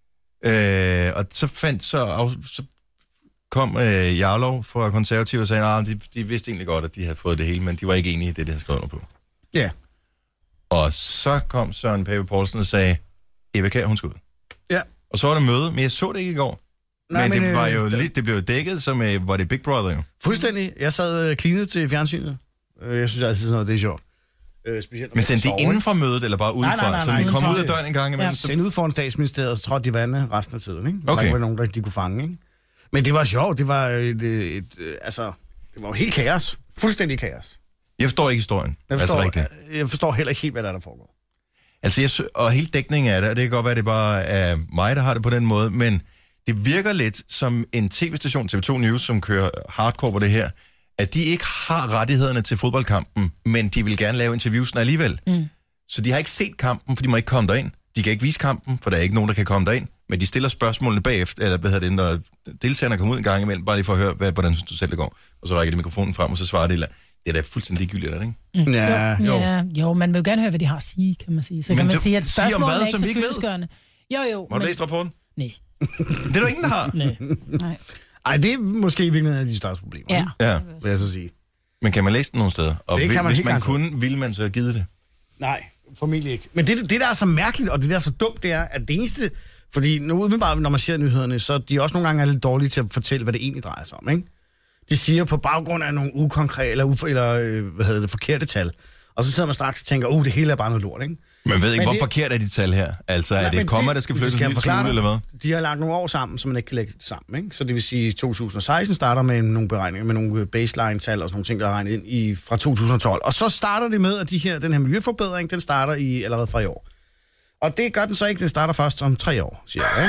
Og så kom Jarlov fra konservative og sagde, at de vidste egentlig godt, at de havde fået det hele, men de var ikke enige i det, de havde skrevet under på. Ja. Og så kom Søren Pape Poulsen og sagde, Eva Kjær, hun skal ud. Ja. Og så var der møde, men jeg så det ikke i går. Nej, men det var jo det blev dækket som var det Big Brother jo. Fuldstændig. Jeg sad klinet til fjernsynet. Jeg synes altid sådan noget, det er sjovt. Men sendte de inden for mødet, eller bare udefra? Nej, så vi kom ud af døren en gang imellem? Ja, sendte ud foran statsministeriet, og så trådte de vandet resten af tiden, ikke? Okay. Der var ikke nogen, de kunne fange, ikke? Men det var sjovt. Det var det var jo helt kaos. Fuldstændig kaos. Jeg forstår ikke historien. Jeg forstår heller ikke helt, hvad der foregår. Altså, og hele dækningen af det, og det kan godt være, det bare er mig, der har det på den måde, men det virker lidt som en tv-station, TV2 News, som kører hardcore på det her, at de ikke har rettighederne til fodboldkampen, men de vil gerne lave interviewsen alligevel. Så de har ikke set kampen, for de må ikke komme derind. De kan ikke vise kampen, for der er ikke nogen, der kan komme derind. Men de stiller spørgsmålene bagefter, eller hvad hedder det, når deltagerne kommer ud en gang imellem, bare lige for at høre, hvordan synes du selv det går. Og så rækker de mikrofonen frem, og så svarer de, det er da fuldstændig ligegyldigt, er det ikke? Jo, man vil jo gerne høre, hvad de har at sige, kan man sige. Så kan man sige, at spørgsmålet er ikke så fyldestgørende. Jo. Må du læse rapporten? Nej. Det er der ingen, der har. Nej. Ej, det er måske i virkeligheden af de største problemer. Ja. Vil jeg så sige. Men kan man læse den nogle steder? Og hvis man kunne, ville man så have givet det? Nej, formentlig ikke. Men det der er så mærkeligt, og det der er så dumt, det er, at det eneste... Fordi nu umiddelbart, når man ser nyhederne, så de også nogle gange er lidt dårlige til at fortælle, hvad det egentlig drejer sig om, ikke? De siger på baggrund af nogle ukonkrete eller forkerte tal. Og så sidder man straks og tænker, det hele er bare noget lort, ikke? Man ved ikke, hvor forkert er de tal her. Altså, er det komma, der skal flyttes en lille smule, eller hvad? De har lagt nogle år sammen, så man ikke kan lægge det sammen, ikke? Så det vil sige, at 2016 starter med nogle beregninger, med nogle baseline-tal og sådan nogle ting, der er regnet ind fra 2012. Og så starter det med, at den her miljøforbedring, den starter allerede fra i år. Og det gør den så ikke, den starter først om 3 år, siger jeg,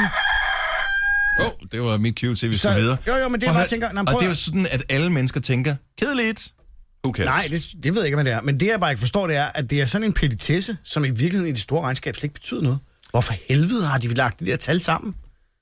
ikke? Det var mit cue til, vi skal videre. Jo, men det er bare, tænker... Og det er jo sådan, at alle mennesker tænker, kedeligt. Nej, det ved jeg ikke, hvad det er. Men det, jeg bare ikke forstår, det er, at det er sådan en petitesse, som i virkeligheden i det store regnskab slet ikke betyder noget. Hvorfor helvede har de lagt de der tal sammen?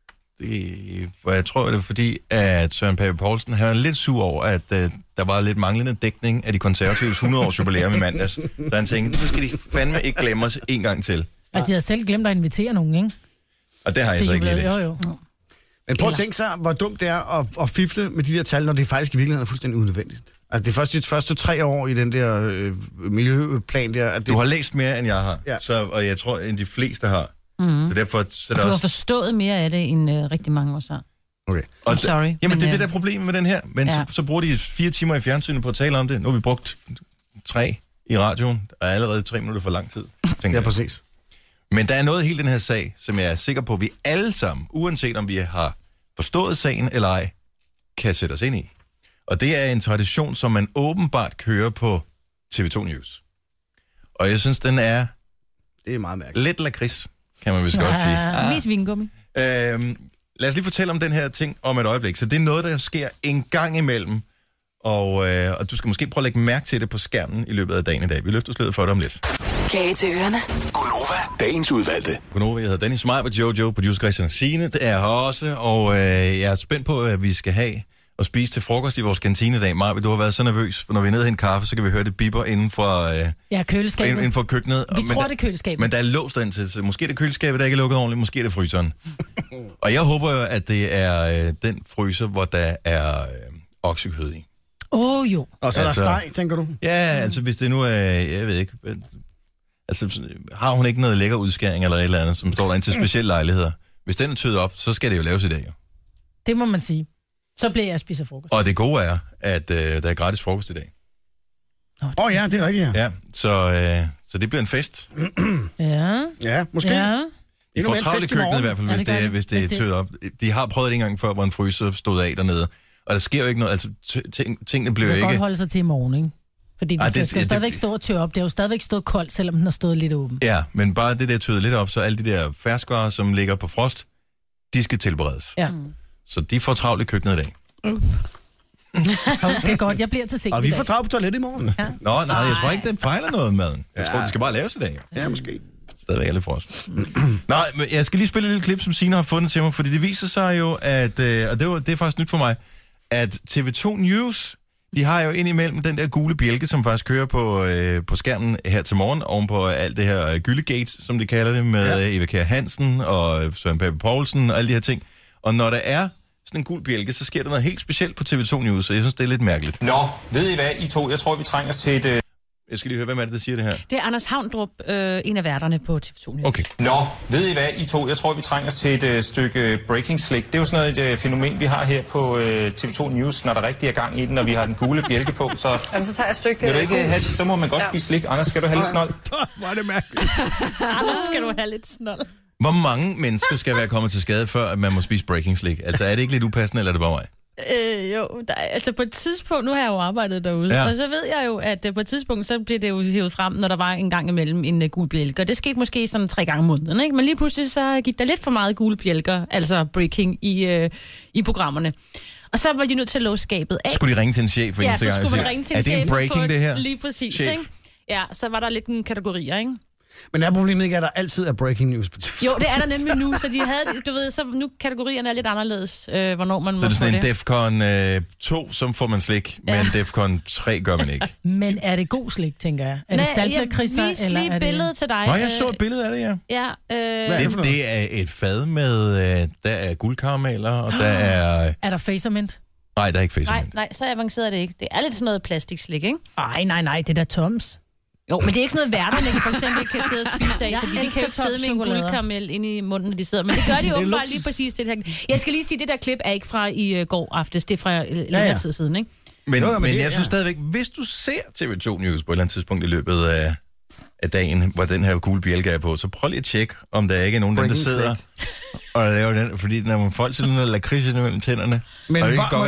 Jeg tror, det er fordi, at Søren Pape Poulsen han er lidt sur over, at der var lidt manglende dækning af de konservatives 100-års jubilæum i mandags. Så han tænkte, det skal de fandme ikke glemme os en gang til. Og de har selv glemt at invitere nogen, ikke? Og det har jeg så ikke lige læst. Jo. Men prøv at tænke sig, hvor dumt det er at fifle med de der tal, når det faktisk i virkeligheden er fuldstændig unødvendigt. Altså det er første 3 år i den der miljøplan der... At det... Du har læst mere, end jeg har, ja. Og jeg tror, end de fleste har. Så derfor... Så du har forstået mere af det, end rigtig mange også har. Okay. Sorry. Jamen, det er det der problem med den her. Men så bruger de 4 timer i fjernsynet på at tale om det. Nu har vi brugt 3 i radioen, og allerede 3 minutter for lang tid. Ja, præcis. Men der er noget i hele den her sag, som jeg er sikker på, at vi alle sammen, uanset om vi har forstået sagen eller ej, kan sætte os ind i. Og det er en tradition, som man åbenbart kører på TV2 News. Og jeg synes, den er... Det er meget mærkeligt. Lidt lakrids, kan man vist godt sige. Vis vingummi. Lad os lige fortælle om den her ting om et øjeblik. Så det er noget, der sker en gang imellem. Og du skal måske prøve at lægge mærke til det på skærmen i løbet af dagen i dag. Vi løfter sløret for det om lidt. Kage til ørerne. Gonova, dagens udvalgte. Gonova, jeg hedder Dennis Meyer og Jojo, producer Christian og Signe. Det er her også, og jeg er spændt på, at vi skal have og spise til frokost i vores kantine i dag. Maja, du har været så nervøs, for når vi er nede og hente kaffe, så kan vi høre det bipper inden for, køleskabet. Inden for køkkenet. Vi tror, det er køleskabet. Men der er låst ind til, så måske er det køleskabet, der ikke er lukket ordentligt, måske er det fryseren. Og jeg håber jo, at det er den fryser, hvor der er oksekød i. Jo. Og så er der steg, tænker du? Ja, altså hvis det nu er, jeg ved ikke, altså har hun ikke noget lækker udskæring eller et eller andet, som står der ind til specielle lejligheder. Hvis den er tøet op, så skal det jo laves i dag, jo. Det må man sige. Så bliver jeg at spise frokost. Og det gode er, at der er gratis frokost i dag. Ja, det er rigtigt, ja. Så det bliver en fest. Ja, måske. Ja. I får travlt i køkkenet i hvert fald, hvis det er tøet op. De har prøvet det en gang før, hvor en fryser stod af dernede. Og der sker jo ikke noget, altså tingene bliver ikke... Det kan godt holde sig til i morgen, ikke? Fordi det skal stadigvæk stå og tø op. Det har jo stadigvæk stået koldt, selvom den har stået lidt åben. Ja, men bare det der tøet lidt op, så alle de der ferskvarer, som ligger på frost, de skal tilberedes. Ja. Så de får travlt i køkkenet i dag. Det er godt, jeg bliver til sigt. Og vi får travlt på toilet i morgen. Ja. Nå, nej, jeg tror ikke, den fejler noget maden. Jeg tror, det skal bare laves i dag. Ja, måske. Stadigvæk er lidt frost. Nej, men jeg skal lige spille et lille klip, som Signe har fundet til mig, fordi det viser sig jo, at, og det er faktisk nyt for mig, at TV2 News, de har jo indimellem den der gule bjælke, som faktisk kører på skærmen her til morgen, ovenpå alt det her Gyllegate, som de kalder det, med Eva Kjær Hansen og Søren Pape Poulsen og alle de her ting. Og når der er sådan en gul bjælke, så sker der noget helt specielt på TV2 News, så jeg synes, det er lidt mærkeligt. Nå, ved I hvad, I to? Jeg tror, vi trænger til et... Jeg skal lige høre, hvem er det, der siger det her? Det er Anders Havndrup, en af værterne på TV2 News. Okay. Nå, ved I hvad, I to? Jeg tror, vi trænger til et stykke breaking slik. Det er jo sådan noget et fænomen, vi har her på TV2 News, når der rigtig er gang i den, og vi har den gule bjælke på. Så Jamen, så tager jeg et stykke... Vil du ikke have, så må man godt spise slik. Anders, skal du have lidt snold? Hvor er det mærkeligt. Anders, skal du have lidt snold? Hvor mange mennesker skal være kommet til skade, før at man må spise breaking slik? Altså, er det ikke lidt upassende, eller er det bare mig? Altså på et tidspunkt, nu har jeg jo arbejdet derude, og så ved jeg jo, at på et tidspunkt, så bliver det jo hævet frem, når der var en gang imellem en gul bjælke. Og det skete måske sådan 3 gange om måneden, ikke? Men lige pludselig så gik der lidt for meget gule bjælker, altså breaking i programmerne. Og så var de nødt til at låse skabet af. Skulle de ringe til en chef for eneste gang? Ja, så skulle man ringe til en chef. Er det en breaking, det her? Lige præcis, chef. Ikke? Ja, så var der lidt en kategorier, ikke? Men er problemet ikke, at der altid er breaking news på TV? Jo, det er der nemlig nu, så de havde, du ved, så nu kategorierne er lidt anderledes, hvornår man må få det. Så det er sådan en DEFCON 2, som får man slik, men DEFCON 3 gør man ikke. Men er det god slik, tænker jeg? Er det saltlakridser, eller er det... Jeg lige billedet til dig. Nå, jeg så et billede af det, ja. Det er et fad med, der er guldkarameller, og der er... Er der facermint? Nej, der er ikke facermint. Nej, så avanceret det ikke. Det er lidt sådan noget plastikslik, ikke? Nej, det er da Toms. Jo, men det er ikke noget værter, man for eksempel ikke kan sidde og spise af, fordi de kan jo ikke sidde med en guldkaramel inde i munden, når de sidder. Men det gør de åbenbart lige præcis det her. Jeg skal lige sige, det der klip er ikke fra i går aftes, det er fra længere tid siden, ikke? Men jeg synes stadigvæk, hvis du ser TV2 News på et eller andet tidspunkt i løbet af dagen, hvor den her gule bjælke er på, så prøv lige at tjekke, om der ikke er nogen, der sidder og laver den, fordi når folk sidder noget lakrids mellem tænderne. Men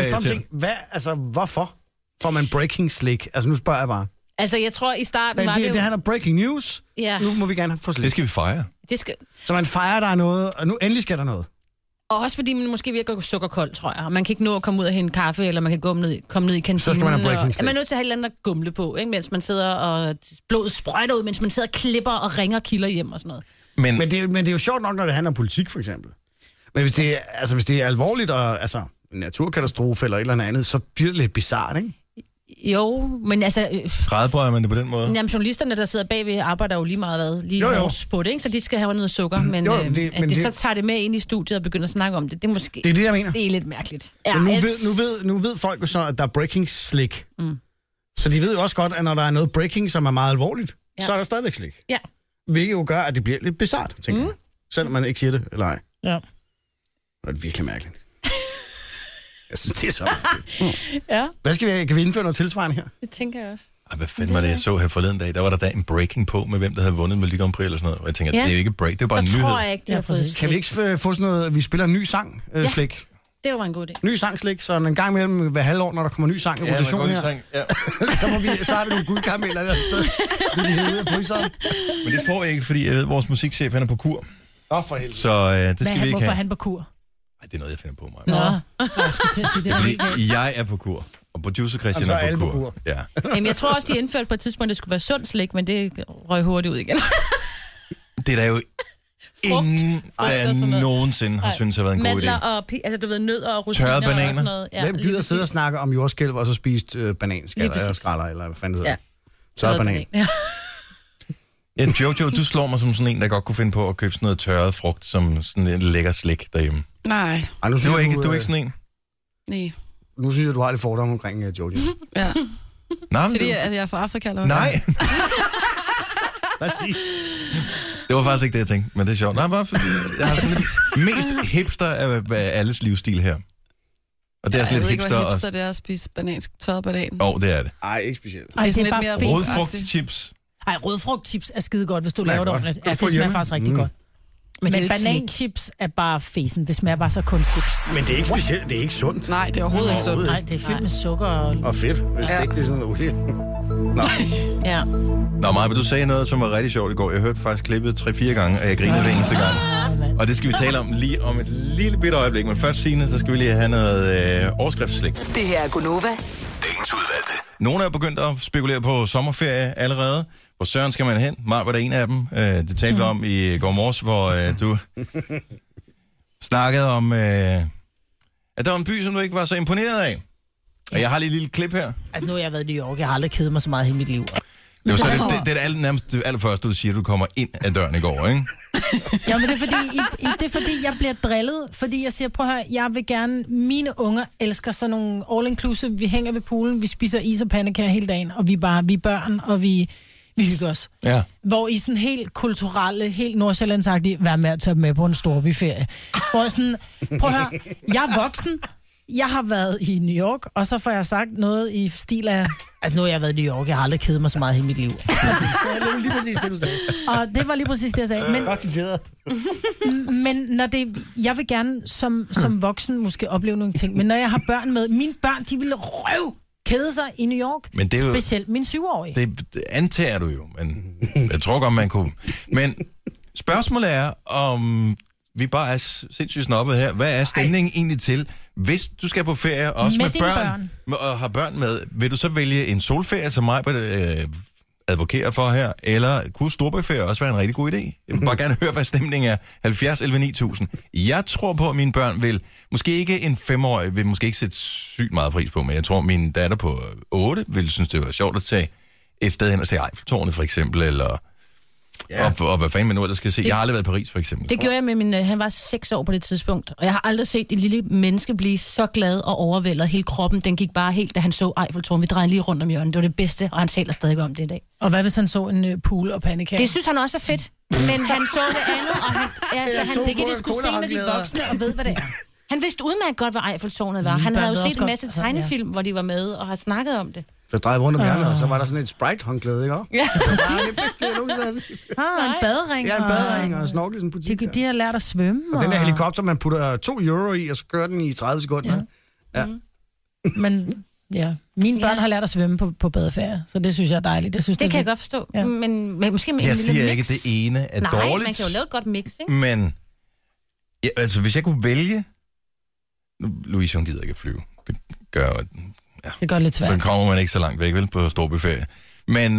hvorfor får man breaking slik? Altså nu spørger jeg bare. Altså, jeg tror i starten var det handler breaking news. Ja. Nu må vi gerne få slik. Det skal vi fejre. Så man fejrer, der er noget, og nu endelig skal der noget. Og også fordi man måske virker sukkerkold, tror jeg. Og man kan ikke nå at komme ud og hente kaffe, eller man kan komme ned i kantinen. Så skal man have breaking slik. Man er nødt til at have et eller andet at gumle på, ikke? Mens man sidder og blodet sprøjter ud, mens man sidder og klipper og ringer kilder hjem og sådan noget. Men det er jo sjovt nok, når det handler om politik, for eksempel. Men hvis det er alvorligt, og en naturkatastrofe eller et eller andet, så bliver det lidt bizarrt, ikke? Jo, men altså... Grædbøjer man det på den måde? Jamen, journalisterne, der sidder bagved, arbejder jo lige meget på det, ikke? Så de skal have noget sukker, men så tager det med ind i studiet og begynder at snakke om det, det er måske... Det er det, jeg mener. Det er lidt mærkeligt. Ja, men nu ved folk jo så, at der er breaking slik. Så de ved jo også godt, at når der er noget breaking, som er meget alvorligt, så er der stadigvæk slik. Ja. Hvilket jo gør, at det bliver lidt bizarrt, tænker jeg. Selvom man ikke siger det, eller ej. Ja. Det er virkelig mærkeligt. Jeg synes, det er så mærkeligt. Ja. Hvad skal vi, kan vi indføre noget tilsvarende her? Det tænker jeg også. Hvad fanden var det, jeg så her forleden dag? Der var der en breaking på med, hvem der havde vundet Melodi Grand Prix eller sådan noget. Og jeg tænker, det er jo ikke break, det er bare en nyhed. Tror jeg ikke, det har fået slik. Kan vi ikke få sådan noget, vi spiller en ny sang, slik? Det var en god idé. Ny sang slik, så en gang imellem hver halvår, når der kommer ny sang i rotation her, så har vi nogle guldkarameller der sted. Det er ude af fryseren. Men det får jeg ikke, fordi jeg ved, at vores musikchef han er på kur. For helvede. Så det skal vi ikke have. Hvorfor er han på kur? Nej, det er noget, jeg finder på mig. Nå, jeg skulle til at sige det. Fordi jeg er på kur, og producer Christian er på kur. Ja. Jamen, jeg tror også, de indførte på et tidspunkt, at det skulle være sundt slik, men det røg hurtigt ud igen. Det er der jo ingen, der nogensinde har syntes har været en god idé. Mandler og altså du ved, nødder og rosiner tørrede bananer. Og sådan noget. Ja, hvem gider sidde og snakke om jordskælv og så spist bananskaller eller skralder, eller hvad fanden det hedder? Tørret banan. Ja, Jojo, du slår mig som sådan en, der godt kunne finde på at købe sådan noget tørret frugt, som sådan en lækker slik derhjemme. Nej. Du er ikke sådan en? Nej. Nu synes jeg, du har lidt fordomme omkring Jojo. Ja. Nej, fordi at jeg er fra Afrika, eller nej. Præcis. Det var faktisk ikke det, jeg tænkte, men det er sjovt. Nej, bare fordi jeg har sådan lidt mest hipster af alles livsstil her. Og det er sådan lidt hipster. Jeg ved ikke, hvad hipster det er at spise tørret banan. Det er det. Ej, ikke specielt. Ej, det er sådan lidt mere rødfrugtchips. Ej, rødfrugtchips er skide godt, hvis du laver det ordentligt. Ja, det smager smager faktisk rigtig godt. Men bananchips er bare fesen. Det smager bare så kunstigt. Men det er ikke specielt. Det er ikke sundt. Nej, det er overhovedet ikke sundt. Nej, det er fyldt med sukker og fedt. Hvis det ikke er sådan noget okay. Nå. Ja. Nå, Maja, men du sagde noget, som var rigtig sjovt i går. Jeg hørte faktisk klippet 3-4 gange, og jeg grinede hver eneste gang. Og det skal vi tale om lige om et lille bitte øjeblik. Men først, Signe, så skal vi lige have noget overskriftslik. Det her er Gunova. Dagens udvalgte. Nogle er begyndt at spekulere på sommerferie allerede. Hvor søren skal man hen? Maja var der en af dem. Det talte vi om i går morges, hvor du snakkede om, at der var en by, som du ikke var så imponeret af. Og jeg har lige et lille klip her. Altså nu har jeg været i New York. Jeg har aldrig kedet mig så meget i hele mit liv. Det var så det er nærmest det allerførste, du siger, du kommer ind af døren i går, ikke? Ja, men det er fordi, jeg bliver drillet. Fordi jeg siger, prøv at høre, jeg vil gerne, mine unger elsker sådan nogle all-inclusive. Vi hænger ved poolen, vi spiser is og pandekager hele dagen, og vi er børn, og vi hygger os. Ja. Hvor i sådan helt kulturelle, helt nordsjællandsagtige, vær med at tage dem med på en storbyferie. Hvor sådan, prøv at høre, jeg er voksen, Jeg har været i New York, og så får jeg sagt noget i stil af... Altså, nu har jeg været i New York. Jeg har aldrig kedet mig så meget i hele mit liv. Det var lige præcis det, du sagde. Og det var lige præcis det, jeg sagde. Men når det... Jeg vil gerne som voksen måske opleve nogle ting. Men når jeg har børn med... Mine børn, de vil kede sig i New York. Men det er jo, specielt min 7-årige. Det antager du jo, men jeg tror godt, man kunne. Men spørgsmålet er, om vi bare er sindssygt snobbet her. Hvad er stemningen egentlig til, hvis du skal på ferie, også med børn, og har børn med, vil du så vælge en solferie, som mig advokerer for her, eller kunne storbyferie også være en rigtig god idé? Jeg vil bare gerne høre, hvad stemningen er. 70 11 9000. Jeg tror på, at mine børn vil, måske ikke en 5-årig, vil måske ikke sætte sygt meget pris på, men jeg tror, min datter på 8 vil synes, det var sjovt at tage et sted hen og se Eiffeltårnet for eksempel, eller... Ja. Og hvad fanden man nu ellers skal se? Jeg har aldrig været i Paris, for eksempel. Det gjorde jeg med min... Han var 6 år på det tidspunkt, og jeg har aldrig set et lille menneske blive så glad og overvældet. Hele kroppen, den gik bare helt, da han så Eiffeltårnet. Vi drejede lige rundt om hjørnet. Det var det bedste, og han taler stadig om det i dag. Og hvad hvis han så en pool og pandekage? Det synes han også er fedt, men han så det andet, og det kan de skulle se, når de er voksne og ved, hvad det er. Han vidste udmærket godt, hvad Eiffeltårnet var. Han havde jo set en masse tegnefilm, hvor de var med og har snakket om det. Så drejede rundt om hjørnet, og så var der sådan et Sprite-håndklæde, ikke? Ja, præcis. En badering. Ja, en badering og snorkel i sådan en butik. De har lært at svømme. Og den der helikopter, man putter 2 euro i, og så kører den i 30 sekunder. Ja. Men ja, mine børn har lært at svømme på badeferie, så det synes jeg er dejligt. Jeg synes, det kan jeg godt forstå. Ja. Men måske med jeg en lille siger mix. ikke, det ene er dårligt. Nej, man kan jo lave et godt mix, ikke? Men, ja, altså hvis jeg kunne vælge... Louise, hun gider ikke at flyve. Det gør... Ja. Det gør lidt svært. Så kommer man ikke så langt væk, vel, på storbyferie. Men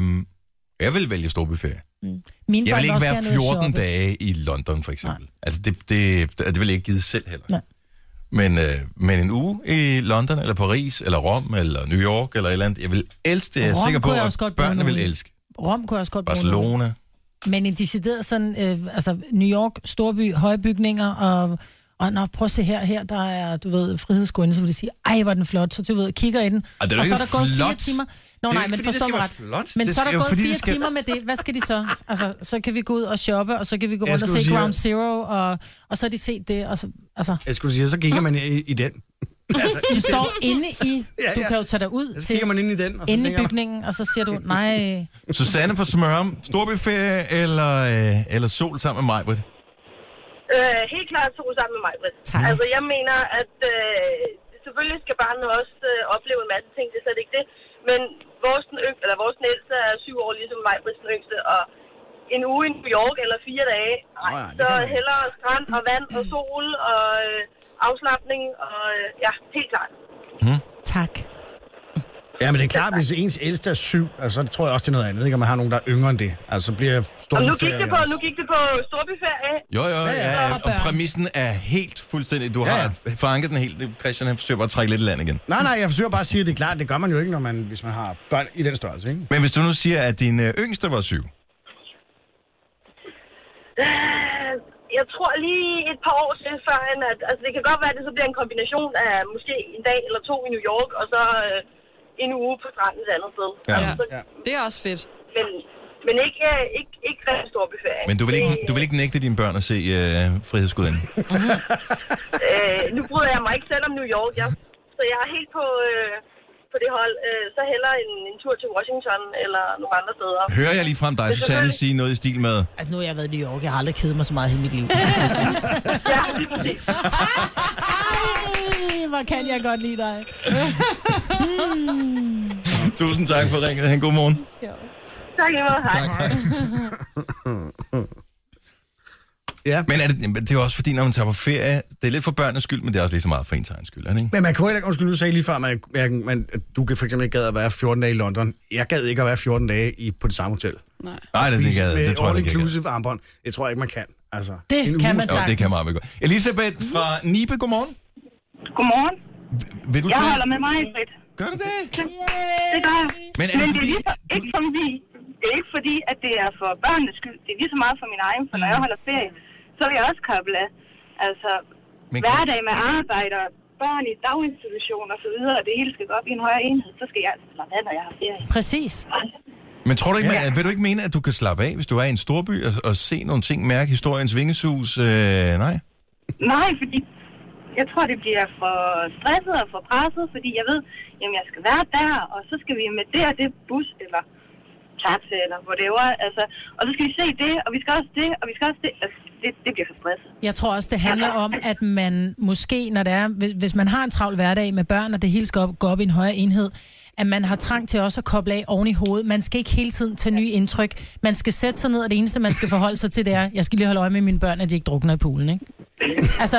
jeg vil vælge storbyferie. Jeg vil ikke være 14 dage i London, for eksempel. Nej. Altså, det vil jeg ikke give selv heller. Nej. Men en uge i London, eller Paris, eller Rom, eller New York, eller et eller andet, jeg vil elske det. Jeg er sikker på, at børnene vil elske. Rom kunne jeg også godt bruge. Barcelona. Men en decideret sådan, altså New York, storby, høje bygninger, og når prøv at se her, der er, du ved, frihedsgående, så vil de sige, ej, hvor er den flot, så du ved, kigger i den, og så er der gået 4 timer. Nej, men forstår mig ret. Men så er der gået 4 timer med det. Hvad skal de så? Altså, så kan vi gå ud og shoppe, og så kan vi gå rundt og se Ground Zero, og så har de set det, og så... Altså. Jeg skulle sige, så kigger man i den. Altså, du står inde i... Du kan jo tage dig ud til... man ind i den, og så inde i bygningen, og så siger du, nej... Susanne fra Smørum, storbyferie eller sol sammen med mig, Britt? Helt klart sol sammen med mig, Britt. Altså, jeg mener, at selvfølgelig skal barnet også opleve en masse ting, det er slet ikke det. Men vores ældste er 7 år, ligesom mig, Britts yngste, og en uge i New York eller 4 dage. Så hellere strand og vand og sol og afslapning og ja, helt klart. Tak. Ja, men det er klart, hvis ens ældste er 7, altså, så tror jeg også, det er noget andet, ikke? Og man har nogen, der er yngre end det. Altså, så bliver storbyferie... Og nu gik det på storbyferie. Jo, ja. Og præmissen er helt fuldstændig... Du har forankret den helt... Christian, han forsøger bare at trække lidt i land igen. Nej, jeg forsøger bare at sige, at det er klart, det gør man jo ikke, hvis man har børn i den størrelse, ikke? Men hvis du nu siger, at din yngste var 7... Jeg tror lige et par år til, før at... Altså, det kan godt være, at det så bliver en kombination af måske en dag eller 2 i New York, og så... en uge på stranden et andet sted. Ja. Det er også fedt. Men ikke rigtig stor beferie. Men du vil ikke nægte dine børn at se Frihedsgudinden? Nu bryder jeg mig ikke selv om New York, så jeg er helt på det hold. Så hellere en tur til Washington eller nogle andre steder. Hører jeg lige frem dig, Susanne, sige noget i stil med... Altså, nu har jeg været i New York. Jeg har aldrig kedet mig så meget i mit liv. Ja, lige præcis. Hvor kan jeg godt lide dig. Tusind tak for ringet. Ha' en god morgen. Tak lige meget. Hej. Ja. Men det er også fordi, når man tager på ferie, det er lidt for børnenes skyld, men det er også lige så meget for ens egen skyld, ikke? Men man kan jo ikke, du sagde lige før, du kan for eksempel ikke gad at være 14 dage i London. Jeg gad ikke at være 14 dage på det samme hotel. Nej, det gad jeg. Det tror jeg ikke. Inclusive armbånd. Det tror jeg ikke, man kan. Altså, det kan man sagtens. Det kan meget godt. Elisabeth fra Nibe, godmorgen. Godmorgen. Vil du jeg holder med mig, Britt. Gør du det? Det gør jeg. Men det er ikke fordi, at det er for børnenes skyld. Det er lige så meget for min egen, for når jeg holder ferie, så vil jeg også koble af. Altså, hverdag med arbejde og børn i daginstitutioner og så videre, og det hele skal gå op i en højere enhed, så skal jeg altså slappe af, når jeg har ferie. Præcis. Men tror du ikke, vil du ikke mene, at du kan slappe af, hvis du er i en storby og se nogle ting, mærke historiens vingesus? Nej? Nej, fordi Jeg tror, det bliver for stresset og for presset, fordi jeg ved, jamen jeg skal være der, og så skal vi med det bus, eller taxa, eller whatever, altså, og så skal vi se det, og vi skal også det, og vi skal også det. Altså, det bliver for stresset. Jeg tror også, det handler om, at man måske, når det er, hvis man har en travl hverdag med børn, og det hele skal gå op i en højere enhed, at man har trang til også at koble af oven i hovedet. Man skal ikke hele tiden tage nye indtryk. Man skal sætte sig ned, og det eneste, man skal forholde sig til, det er, jeg skal lige holde øje med mine børn, at de ikke drukner i poolen, ikke? Altså,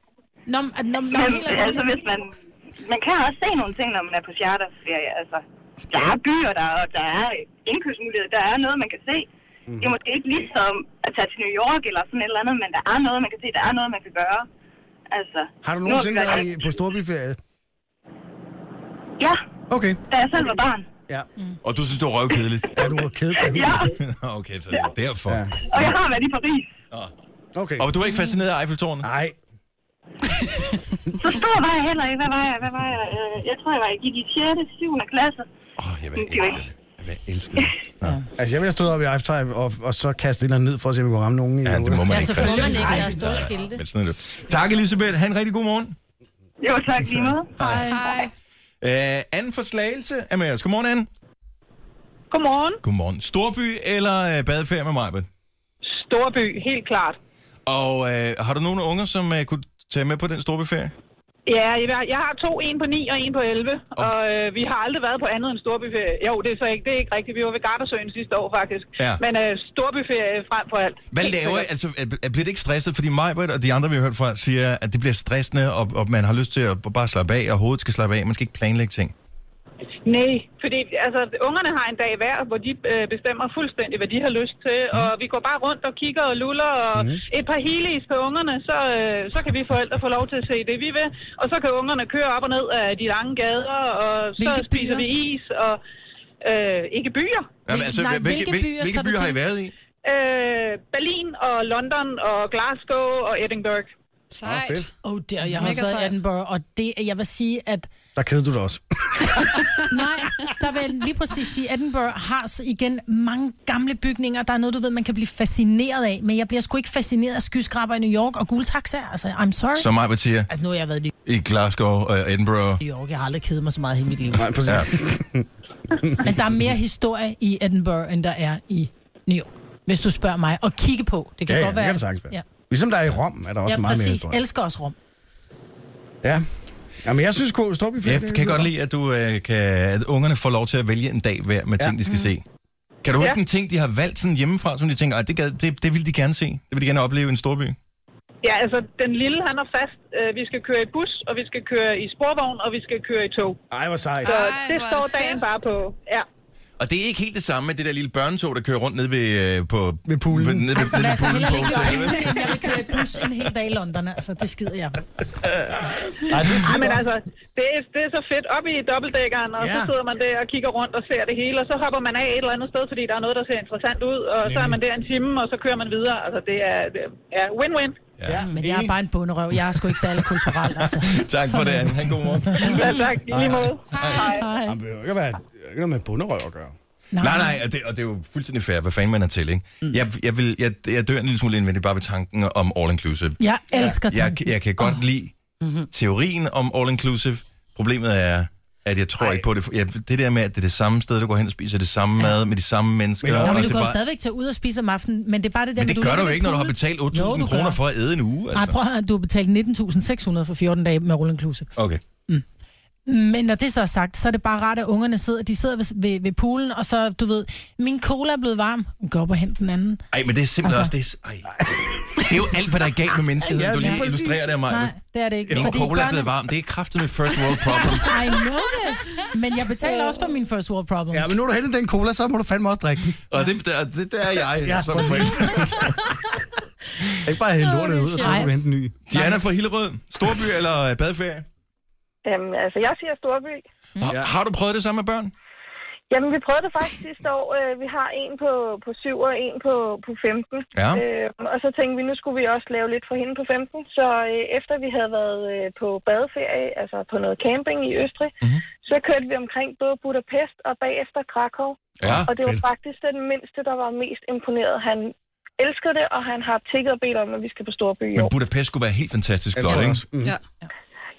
altså hvis man kan også se nogle ting, når man er på charterferie. Altså, der er byer, og der er indkøbsmuligheder, der er noget, man kan se. Det er måske ikke ligesom at tage til New York eller sådan et eller andet, men der er noget, man kan se, der er noget, man kan gøre. Altså, har du nogensinde været på storbyferie? Ja. Okay. Da jeg selv var barn. Ja. Og du synes, det var røvkedeligt? Ja, du var kedeligt. Ja. Okay, så det er derfor. Ja. Og jeg har været i Paris. Okay. Og du var ikke fascineret af Eiffeltårnet? Nej. Så stor var jeg heller ikke. Hvad var jeg? Jeg tror, jeg gik i 6. 7. klasse. Jeg vil elske det. Ja. Altså, jeg vil have stået op i Eiffeltårnet og så kaste et eller andet ned for at se, om vi kunne ramme nogen. Ja, det må man ikke. selvfølgelig ikke. Der er store skilte. Men sådan er det. Tak, Elisabeth. Ha' en rigtig god morgen. Jo, tak lige måde. Hej. Anne for Slagelse er med os. Godmorgen, Anne. Godmorgen. Godmorgen. Storby eller badeferie med mig? Storby, helt klart. Og har du nogle unger, som kunne tage med på den storbyferie? Ja, jeg har 2, en på 9 og en på 11, og vi har aldrig været på andet end storbyferie. Jo, det er ikke rigtigt. Vi var ved Gardasøen sidste år, faktisk. Ja. Men storbyferie frem for alt. Hvad laver I? Altså, bliver det ikke stresset? Fordi mig og de andre, vi har hørt fra, siger, at det bliver stressende, og man har lyst til at bare slappe af, og hovedet skal slappe af. Man skal ikke planlægge ting. Nej, fordi altså, ungerne har en dag hver, hvor de bestemmer fuldstændig, hvad de har lyst til, og vi går bare rundt og kigger og luller, og et par heelys på ungerne, så kan vi forældre få lov til at se det, vi vil, og så kan ungerne køre op og ned af de lange gader, og så spiser vi is, og ikke byer. Jamen, altså, hvilke byer har I været i? Berlin og London og Glasgow og Edinburgh. Sejt. Jeg har også været i Edinburgh, og det, jeg vil sige, at der kedede du det også. Nej, der vil lige præcis sige, at Edinburgh har så igen mange gamle bygninger. Der er noget, du ved, man kan blive fascineret af. Men jeg bliver sgu ikke fascineret af skyskraber i New York og gule taxaer. Altså, I'm sorry. Så mig, hvad siger? Altså, nu har jeg været i Glasgow og Edinburgh. New York, jeg har aldrig kedet mig så meget i mit liv. Nej, præcis. Ja. Men der er mere historie i Edinburgh, end der er i New York. Hvis du spørger mig. Og kigge på. Det kan godt være. Det kan det sagtens være. Ja. Ligesom der er i Rom, er der også meget mere historie. Ja, præcis. Elsker også Rom. Ja. Jamen, jeg synes, storbyferie... Jeg kan godt lide, at ungerne får lov til at vælge en dag hver med ting, de skal se. Kan du huske en ting, de har valgt sådan hjemmefra, som de tænker, det vil de gerne se? Det vil de gerne opleve i en storby? Ja, altså, den lille, han er fast. Vi skal køre i bus, og vi skal køre i sporvogn, og vi skal køre i tog. Ej, hvor sejt. Så det står dagen bare på, ja. Og det er ikke helt det samme med det der lille børnetog, der kører rundt nede ved poolen. Nede ved poolen på hotellet. Jeg vil køre i bus en hel dag i London, altså det skider jeg. Nej, men altså, det er så fedt op i dobbeltdækkeren, og så sidder man der og kigger rundt og ser det hele, og så hopper man af et eller andet sted, fordi der er noget, der ser interessant ud, og så er man der en time, og så kører man videre. Altså, det er win-win. Ja, men jeg er bare en bunderøv. Jeg er sgu ikke særlig kulturel, altså. Tak for det, Anne. Ha' en god morgen. Ja, tak. I lige måde. Hej. Det vil jo ikke være noget med bunderøv at gøre. Nej, og det er jo fuldstændig fair, hvad fanden man er til, ikke? Jeg dør en lille smule indvendigt bare ved tanken om all-inclusive. Jeg elsker tanken. Jeg kan godt lide teorien om all-inclusive. Problemet er, at jeg tror ikke på det. Det der med, at det er det samme sted, du går hen og spiser det samme mad med de samme mennesker. Men du går stadigvæk til ud og spise om aftenen, men det er bare det der... Men det gør du jo ikke, når du har betalt 8.000 kroner for at æde en uge. Altså. Nej, prøv at du har betalt 19.600 for 14 dage med all-inclusive. Okay. Men når det så er sagt, så er det bare rart, at ungerne sidder ved poolen, og så, du ved, min cola er blevet varm. Gå op og hente den anden. Ej, men det er simpelthen også det. Det er jo alt, hvad der er galt med menneskeheden. Du lige illustrerer det af mig. Nej, det er det ikke. Min cola er blevet varm. Det er kraftigt med first world problem. I know this. Men jeg betaler også for min first world problem. Ja, men nu er du hentet den cola, så må du fandme også drikke den. Og det er jeg. Ja, ikke bare hælde lortet ud, og så må du hente en ny. Diana fra Hillerød. Storby eller badeferie? Altså, jeg siger storby. Har du prøvet det sammen med børn? Jamen, vi prøvede det faktisk sidste år. Vi har en på 7 og en på 15. Ja. Og så tænkte vi, nu skulle vi også lave lidt for hende på 15. Så efter vi havde været på badeferie, altså på noget camping i Østrig, så kørte vi omkring både Budapest og bagefter Krakow. Ja, og det var faktisk den mindste, der var mest imponeret. Han elsker det, og han har tikket og bedt om, at vi skal på storby i år. Men Budapest skulle være helt fantastisk flot, ikke? Ja.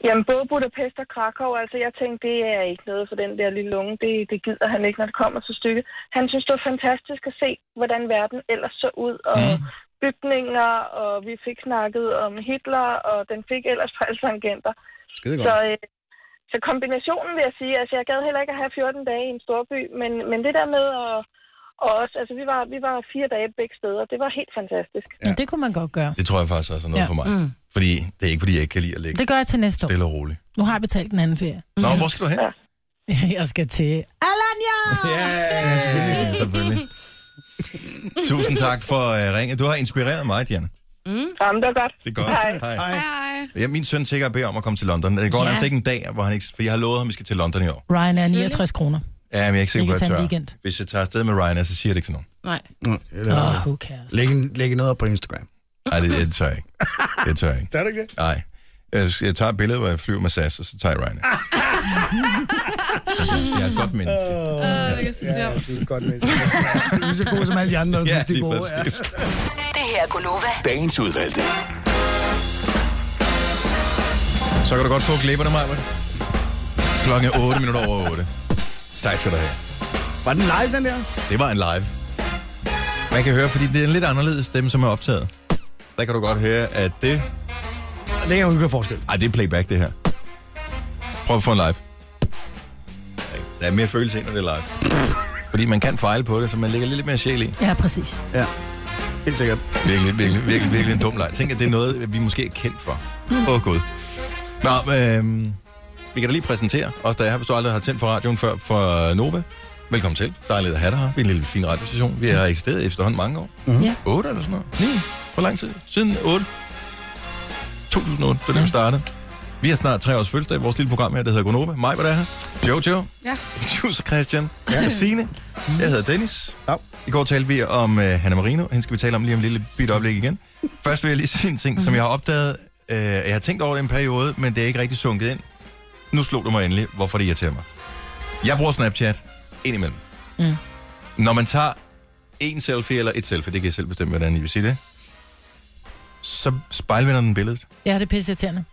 Jamen, både Budapest og Krakow, altså jeg tænkte, det er ikke noget for den der lille unge. Det gider han ikke, når det kommer til stykket. Han synes, det var fantastisk at se, hvordan verden ellers så ud, og bygninger, og vi fik snakket om Hitler, og den fik ellers på alle tangenter. Så kombinationen vil jeg sige, altså jeg gad heller ikke at have 14 dage i en storby, men det der med at... Og også, altså vi var 4 dage begge steder. Det var helt fantastisk. Ja, det kunne man godt gøre. Det tror jeg faktisk også er noget for mig. Fordi det er ikke, fordi jeg ikke kan lide at ligge. Det gør jeg til næste år. Stille og roligt. Nu har jeg betalt den anden ferie. Nå, hvor skal du hen? Jeg skal til Alanya! Ja, selvfølgelig. Tusind tak for ringet. Du har inspireret mig, Diana. Jamen, det er godt. Det er godt. Hej. Ja, min søn sikkert beder om at komme til London. Det går nærmest ikke en dag, hvor han ikke... For jeg har lovet ham, at vi skal til London i år. Ryan er 69 kroner. Ja, men jeg er ikke sikker på, at jeg tør. Hvis jeg tager afsted med Ryan, så siger jeg det ikke til nogen. Nej. Who cares? Læg noget op på Instagram. Nej, det tør jeg ikke. Det tør jeg ikke. Tør du ikke det? Nej. Jeg tager et billede, hvor jeg flyver med SAS, og så tager jeg Ryan. Jeg er et godt menneske. Ja, du er et godt menneske. Du er så god som alle de andre. Ja, lige præcis. Det her er Gunova. Dagens udvalgte. Så kan du godt få glæberne, Maja. Klokken er 8 minutter over 8. Tak skal du have. Var den live, den der? Det var en live. Man kan høre, fordi det er en lidt anderledes stemme, som er optaget. Der kan du godt høre, at det... Det kan jo ikke være forskel. Ej, det er playback, det her. Prøv at få en live. Der er mere følelse ind, når det er live. Fordi man kan fejle på det, så man lægger lidt mere sjæl i. Ja, præcis. Ja, helt sikkert. Virkelig en dum leg. Tænk, at det er noget, vi måske er kendt for. Gud. Nå, vi kan da lige præsentere os, der er her, hvis du aldrig har tændt for radioen før for Nova. Velkommen til. Dejligt at have dig her. Vi er en lille fin radiostation. Vi har eksisteret efterhånden mange år. 8 eller sådan noget. 9. Hvor lang tid? Siden 8. 2008, da det startede. Vi har snart 3 års fødselsdag i vores lille program her, der hedder Gonova. Mig, hvad der er her? Jojo. Ja. Jus og Christian. Ja. Signe. Jeg hedder Dennis. Ja. I går talte vi om Hanna Marino. Hende skal vi tale om lige om et lille bit øjeblik igen. Først vil jeg lige sige en ting, som jeg har opdaget. Jeg har tænkt over det en periode, men det er ikke rigtig sunket ind. Nu slog du mig endelig, hvorfor det irriterer mig. Jeg bruger Snapchat indimellem. Når man tager en selfie eller et selfie, det kan jeg selv bestemme, hvordan I vil sige det, så spejlvender den billedet. Ja, det er pisseirriterende.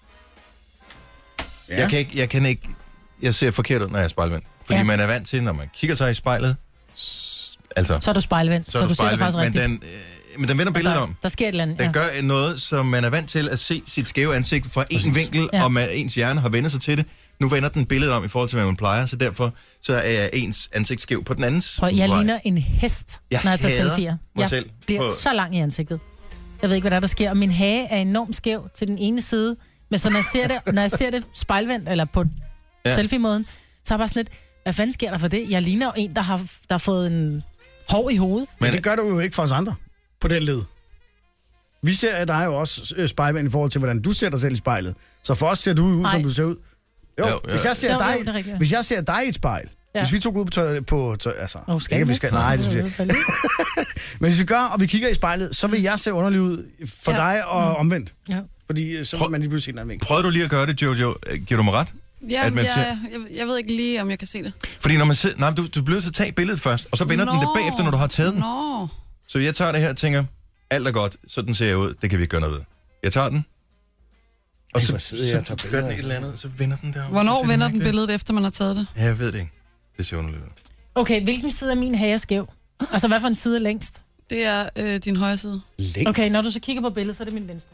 Ja. Jeg ser forkert ud, når jeg er spejlvendt. Fordi man er vant til, når man kigger sig i spejlet, så er du spejlvendt, så du ser det faktisk rigtigt. Men den vender billedet om. Der sker et eller andet. Den gør noget, som man er vant til at se sit skæve ansigt fra en vinkel, og ens hjerne har vendt sig til det. Nu vender den billedet om i forhold til, hvad man plejer, så derfor så er ens ansigt skæv på den andens. Prøv, jeg ligner en hest, når jeg tager selfie'er. Jeg bliver så lang i ansigtet. Jeg ved ikke, hvad der sker, og min hage er enormt skæv til den ene side, men så når jeg ser det spejlvendt, eller på selfie-måden, så er jeg bare sådan lidt, hvad fanden sker der for det? Jeg ligner en, der har fået en hår i hovedet. Men det gør du jo ikke for os andre, på den led. Vi ser dig jo også spejlvendt i forhold til, hvordan du ser dig selv i spejlet. Så for os ser du ud, som du ser ud. Jo. Hvis jeg ser dig i et spejl, hvis vi tog ud på altså... skal vi? Nej, det synes jeg. Men hvis vi gør, og vi kigger i spejlet, så vil jeg se underlig ud for dig og omvendt. Ja. Fordi så vil man lige pludselig se den anden. Prøvede du lige at gøre det, Jojo? Giver du mig ret? Ja, jeg ved ikke lige, om jeg kan se det. Fordi når man sidder... Nej, du bliver så tage billedet først, og så vender den det bagefter, når du har taget den. Så jeg tager det her og tænker, alt er godt, sådan ser jeg ud, det kan vi ikke gøre noget ved. Jeg tager den, og så gør den et eller andet, så vender den derom. Hvornår vender den billedet, efter man har taget det? Ja, jeg ved det ikke. Det ser underligt ud. Okay, hvilken side af min hage er skæv? Altså, hvad for en side er længst? Det er din højre side. Længst? Okay, når du så kigger på billedet, så er det min venstre.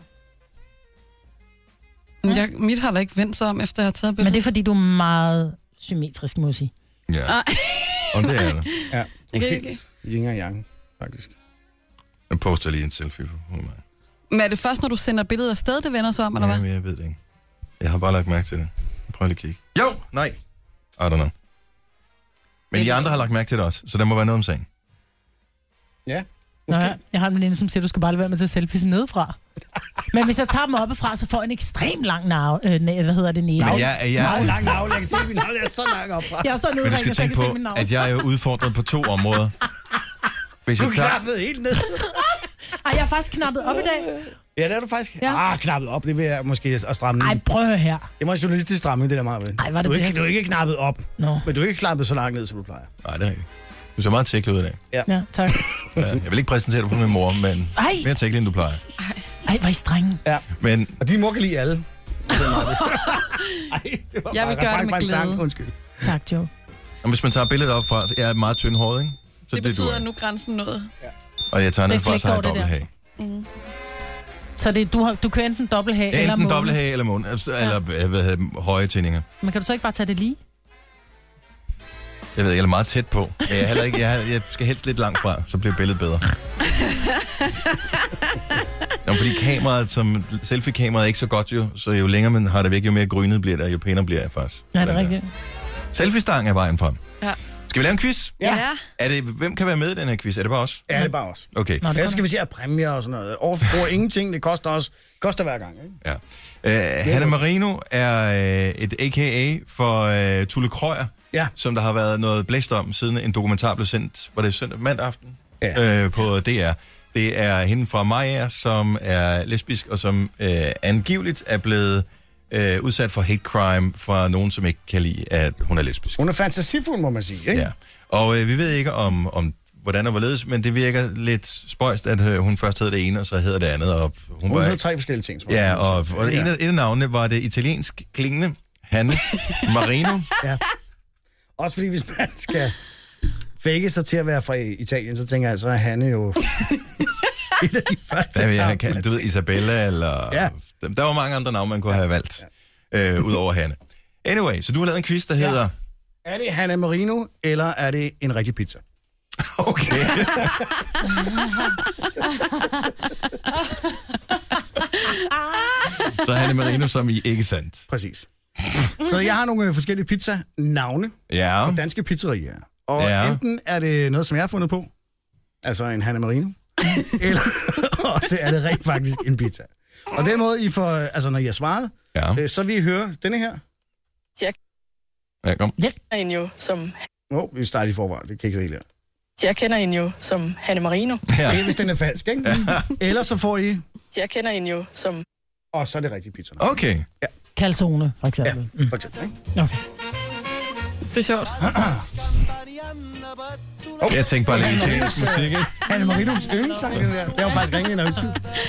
Mit har da ikke vendt sig om, efter jeg har taget billedet. Men det er, fordi du er meget symmetrisk, må jeg sige. Ja. Og det er det. Ja, du er helt yin og yang, faktisk. Jeg poster lige en selfie på mig. Men er det først, når du sender billedet afsted, det vender sig om, eller hvad? Ja, jeg ved det ikke. Jeg har bare lagt mærke til det. Prøv lige at kigge. Jo! Nej! I don't know. Men I andre har lagt mærke til det også, så der må være noget om sagen. Ja. Nå, jeg har en veninde, som siger, du skal bare lade være med at tage selfies nedefra. Men hvis jeg tager dem oppefra, så får jeg en ekstrem lang næse. Lang navle. Jeg kan se, min navle er så lang opfra. Jeg er så nedringet, men du skal tænke på, at jeg er jo udfordret på 2 områder. Hvis du knappede helt ned. Ej, jeg har faktisk knappet op i dag. Ja, det er du faktisk. Ja. Knappet op, det vil jeg måske at stramme. Ej, prøv her. Det må journalistisk stramme, det der meget. Ej, var det du er ikke knappet op, men du er ikke knappet så langt ned, som du plejer. Nej, det er rigtigt. Du ser meget tæklet ud i dag. Ja, tak. Jeg vil ikke præsentere dig for min mor, men mere tæklet, end du plejer. Ej, hvor er I strenge. Ja. Men... Og din mor kan lide alle. det var Jeg vil gøre det med glæde. Undskyld. Tak, Joe. Og hvis man tager billedet op fra, jeg er meget tyndhåret, ikke? Så Det betyder, du at nu grænsen nået. Og jeg tager ned Det for, så har jeg flækker over dobbelt det hage. Mm. Så det, du kører enten dobbelt hage eller Enten måne. dobbelt hage eller måne. Eller høje tændinger. Men kan du så ikke bare tage det lige? Jeg ved, jeg er meget tæt på. Jeg, er heller ikke, jeg skal helst lidt langt fra, så bliver billedet bedre. Nå, fordi selfie-kameraet er ikke så godt jo, så jo længere man har det væk, jo mere grynet bliver det, jo pænere bliver jeg faktisk. Ja, det er rigtigt. Selfie-stang er vejen frem. Ja. Skal vi lave en quiz? Ja. Hvem kan være med i den her quiz? Er det bare os? Ja, det er bare os. Okay. Her skal vi se at præmier og sådan noget. Overfor ingenting, det koster hver gang. Ikke? Ja. Hanne Marino er et a.k.a. for Tulle Krøyer, som der har været noget blæst om, siden en dokumentar blev sendt, var det mandag aften? Ja. På DR. Det er hende fra Maja, som er lesbisk, og som angiveligt er blevet udsat for hate crime fra nogen, som ikke kan lide, at hun er lesbisk. Hun er fantasifuld, må man sige, ikke? Ja. Og vi ved ikke om hvordan og hvorledes, men det virker lidt spøjst, at hun først hedder det ene, og så hedder det andet. Og hun hedder 3 forskellige ting, tror jeg. Ja, og et af navnene var det italiensk klingende Hanne Marino. Ja. Også fordi, hvis man skal fake sig til at være fra Italien, så tænker jeg, så er Hanne jo et af de første. Der vil jeg have kaldt, du ved, Isabella, eller... Ja. Der var mange andre navne, man kunne have valgt, ud over Hanne. Anyway, så du har lavet en quiz, der hedder... Er det Hanne Marino, eller er det en rigtig pizza? Okay. Så Hanne Marino, som I ikke sandt. Præcis. Så jeg har nogle forskellige pizza-navne på danske pizzerier. Og enten er det noget, som jeg har fundet på, altså en Hanne Marino, eller også er det rent faktisk en pizza. Og den måde, I får, altså når I har svaret, så vil I høre denne her. Ja, kom. Jeg kender en jo som... vi starter i forvejen, det kan ikke så helt her. Jeg kender en jo som Hanne Marino. Ja. Det er, hvis den er falsk, ikke? Ja. Ellers så får I... Jeg kender en jo som... Og så er det rigtig pizza. Okay. Ja. Calzone, for eksempel. Ja, for eksempel, ikke? Okay. Det er sjovt. Jeg tænkte bare lidt italiensk musik, ikke? Hanne Marinos yndlingssang, den der. Det var faktisk ringet en ønsket.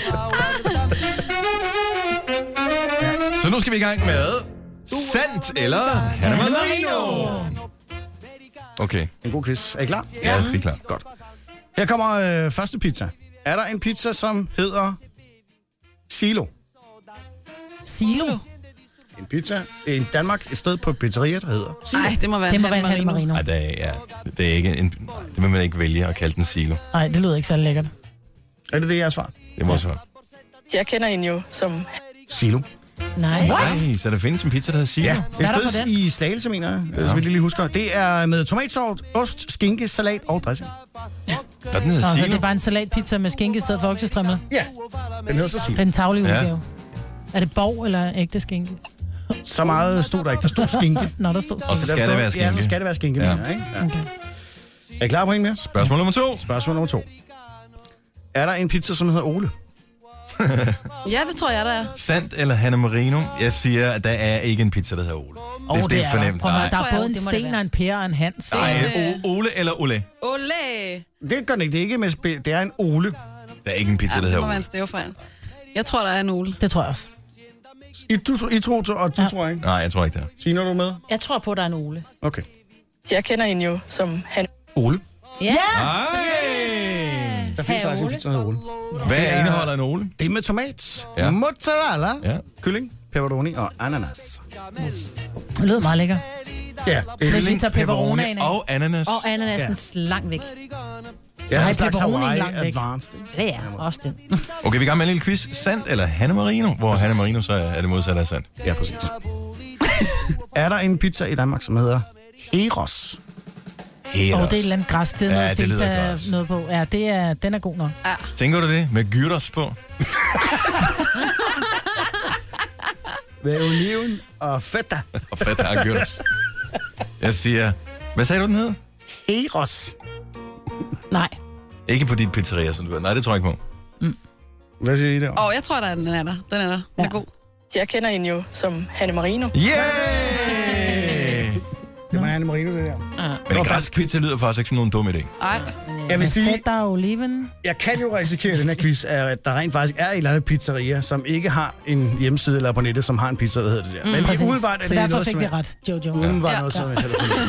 Så nu skal vi i gang med... Sandt eller Hanne Marino? Okay. En god quiz. Er I klar? Ja, vi er klar. Godt. Her kommer første pizza. Er der en pizza, som hedder Silo? Silo? En pizza i Danmark, et sted på pizzeria, der hedder Silo. Nej, det må være en Hanne Marino. Nej, det er ikke det vil man ikke vælge at kalde den Silo. Nej, det lyder ikke så lækkert. Er det jeres svar? Det må så. Jeg kender en jo som... Silo. Nej. Så der findes en pizza, der hedder Silo? Ja, et sted i Slagelse, mener jeg, så vi lige husker. Det er med tomatsovs, ost, skinke, salat og dressing. Ja. Og den hedder Silo? Det er bare en salatpizza med skinke i stedet for oksestrimler? Ja, den hedder så Silo. Det er en taglig udgave. Er det borg eller ægte skinke? Så meget stod der ikke. Der stod skinke. Nå, der stod skinke. Og så skal det være skinke. Ja, så skal det være skinke, mener jeg, ikke? Ja. Okay. Er I klar på en mere? Spørgsmål nummer 2. Spørgsmål nummer 2. Er der en pizza, som hedder Ole? Ja, det tror jeg, der er. Sandt eller Hanne Marino? Jeg siger, at der er ikke en pizza, der hedder Ole. Det er fornemt. Der er både en Sten og en Per og en Hans. Nej, Ole eller Ole? Ole! Det gør det ikke. Det er ikke med spil. Det er en Ole. Der er ikke en pizza, der hedder Ole. Det må være en stavefejl. Jeg tror, der er en Ole. Det tror jeg også. I tror, og du tror ikke? Nej, jeg tror ikke det. Signe, er du med? Jeg tror på, der er en Ole. Okay. Jeg kender en jo som Hanne... Ole? Ja! Der findes faktisk en pizza, der hedder Ole. Hvad indeholder en Ole? Det er med tomat, mozzarella, kylling, pepperoni og ananas. Det lyder meget lækker. Ja. Hvis vi tager pepperoni og ananas. Og ananasen langt væk. Ja, Nej, en slags pepperoni Hawaii langt væk. Advanced. Det er også den. Okay, vi er i gang med en lille quiz. Sandt eller Hanne Marino? Hvor Hanne Marino så er det modsatte af sandt. Ja, præcis. Er der en pizza i Danmark, som hedder Heros? Det er et eller andet græsk. Det er noget det lyder feta græsk. noget på. Ja, den er god nok. Ja. Tænker du det? Med gyros på? Med oliven og feta. Og feta og gyros. Jeg siger... Hvad sagde du, den hed? Heros. Nej. Ikke på dit pizzeria, som du ved. Nej, det tror jeg ikke på. Hvad siger I der? Jeg tror, den er der. Den er der. Den er god. Jeg kender en jo som Hanne Marino. Yeah! Det var Hanne Marino, det der. Men en græsk pizza lyder faktisk ikke som nogen dum idé. Nej. Jeg vil sige, feta og oliven. jeg kan jo risikere i den her quiz, at der rent faktisk er et eller andet pizzeria, som ikke har en hjemmeside eller på nettet, som har en pizza, der hedder det der. Men umiddelbart er så det derfor noget, fik som vi ret, Jojo. Umiddelbart noget, som jeg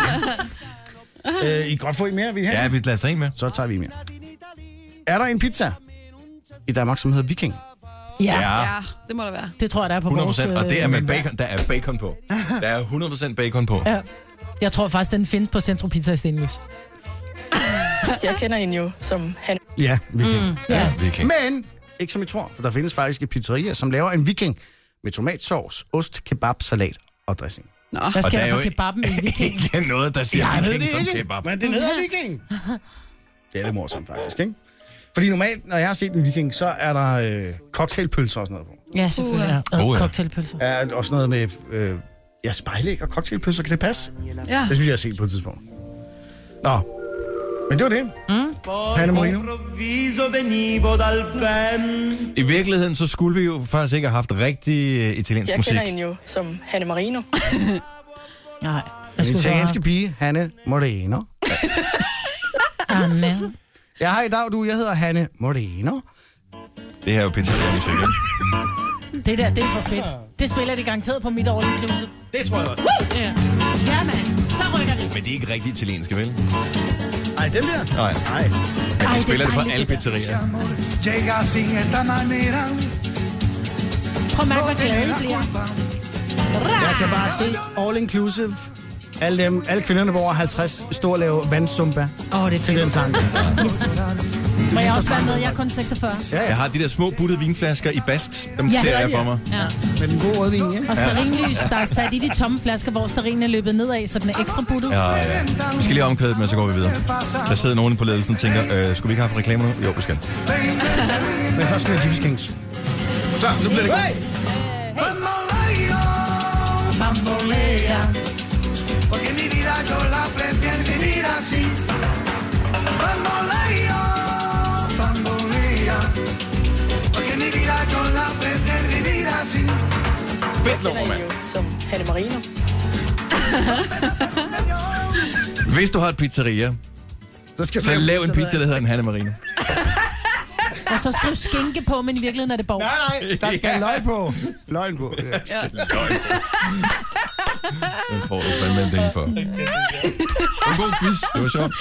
I kan godt få en mere, vi her. Ja, vi lader en med. Så tager vi en mere. Er der en pizza i Danmark, som hedder Viking? Ja, det må der være. Det tror jeg, der er på 100%, vores... og det er med bacon. Der er bacon på. Der er 100% bacon på. Ja. Jeg tror faktisk, den findes på Centro Pizza i Stenløs. Jeg kender hende jo som han. Ja, Viking. Ja. Viking. Men ikke som I tror, for der findes faktisk et pizzeria, som laver en Viking med tomatsauce, ost, kebab, salat og dressing. Hvad skal der for kebaben i Viking? Ikke noget, der siger Viking som kebab. Men det hedder Viking. Det er lidt morsomt faktisk, ikke? Fordi normalt, når jeg har set en Viking, så er der cocktailpølser og sådan noget på. Ja, selvfølgelig. Ja. Cocktailpølser. Ja, og sådan noget med spejlæg og cocktailpølser. Kan det passe? Ja. Det synes jeg har set på et tidspunkt. Nå, men det var det. Hanne Marino. I virkeligheden, så skulle vi jo faktisk ikke have haft rigtig italiensk Jeg musik. kender hende jo som Hanne Marino. Nej. Den italienske pige, Hanne Moreno. Jeg har i dag, jeg hedder Hanne Moreno. Det her er jo pizzeria-musik, ikke? Det der, det er for fedt. Det spiller de garanteret på mit all inclusive. Det tror jeg også. Ja, mand. Så rykker vi. Men de er ikke rigtig italienske, vel? Nej, dem der? Nej. Men de spiller det på alle pizzerier. Prøv at mærke, hvor glade I bliver. Jeg kan bare se all inclusive. Alle kvinderne på over 50 står og laver vandsumba. Det er til den sang. Yes. Må jeg også være med? Jeg er kun 46. Jeg har de der små buttede vinflasker i bast. Dem ser jeg for mig. Ja. Med den gode rødvin, ja. Og stearinlys, der er sat i de tomme flasker, hvor stearinen er løbet nedad, så den er ekstra buttet. Ja. Vi skal lige omkvædet, men så går vi videre. Der sidder nogen på ledelsen og tænker, skulle vi ikke have haft reklamer nu? Jo, vi skal. Men først skal vi Gypsy Kings. Så, nu bliver det godt. Bambolea, porque mi vida yo la prefiero vivir así. Bambolea, bambolea, porque mi vida yo la prefiero vivir así. Fedt nummer, mand. Som Hanne Marino. Hvis du har et pizzeria, så lav en pizza, der hedder en Hanne Marino. Og så skriv skinke på, men i virkeligheden er det borg. Nej, der skal løg på. Løgn på. Ja. Den får du fandme en del for. En god quiz. Det var sjovt.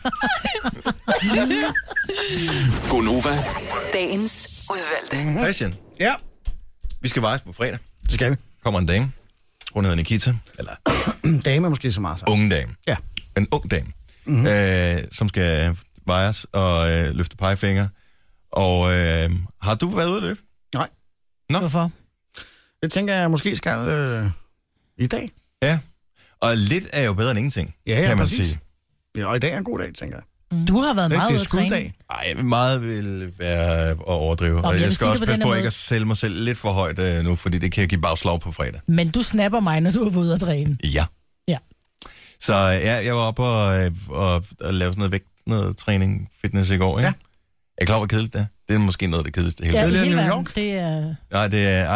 Gonova. Dagens udvalgte. Christian. Ja. Vi skal vejes på fredag. Det skal vi. Kommer en dame. Hun hedder Nikita. Eller dame er måske så meget så. Unge dame. Ja. En ung dame. Som skal vejes og løfte pegefinger. Og har du været ude at løbe? Nej. Nå? Hvorfor? Det tænker jeg måske skal i dag. Ja. Og lidt er jo bedre end ingenting, ja, kan man præcis. sige. Ja, og i dag er en god dag, tænker jeg. Du har været meget ude at træne. Ej, meget vil være at overdrive. Og jeg skal også passe på ikke at sælge mig selv lidt for højt nu, fordi det kan give bagslag på fredag. Men du snapper mig, når du er ude at træne. Ja. Ja. Så jeg var oppe og lave sådan noget træning, fitness i går, ikke? Ja. Jeg er klar, hvor kedeligt det er. Det er måske noget af det kedeligste. Ja, i hele New verden. York? Det er... Nej, det er...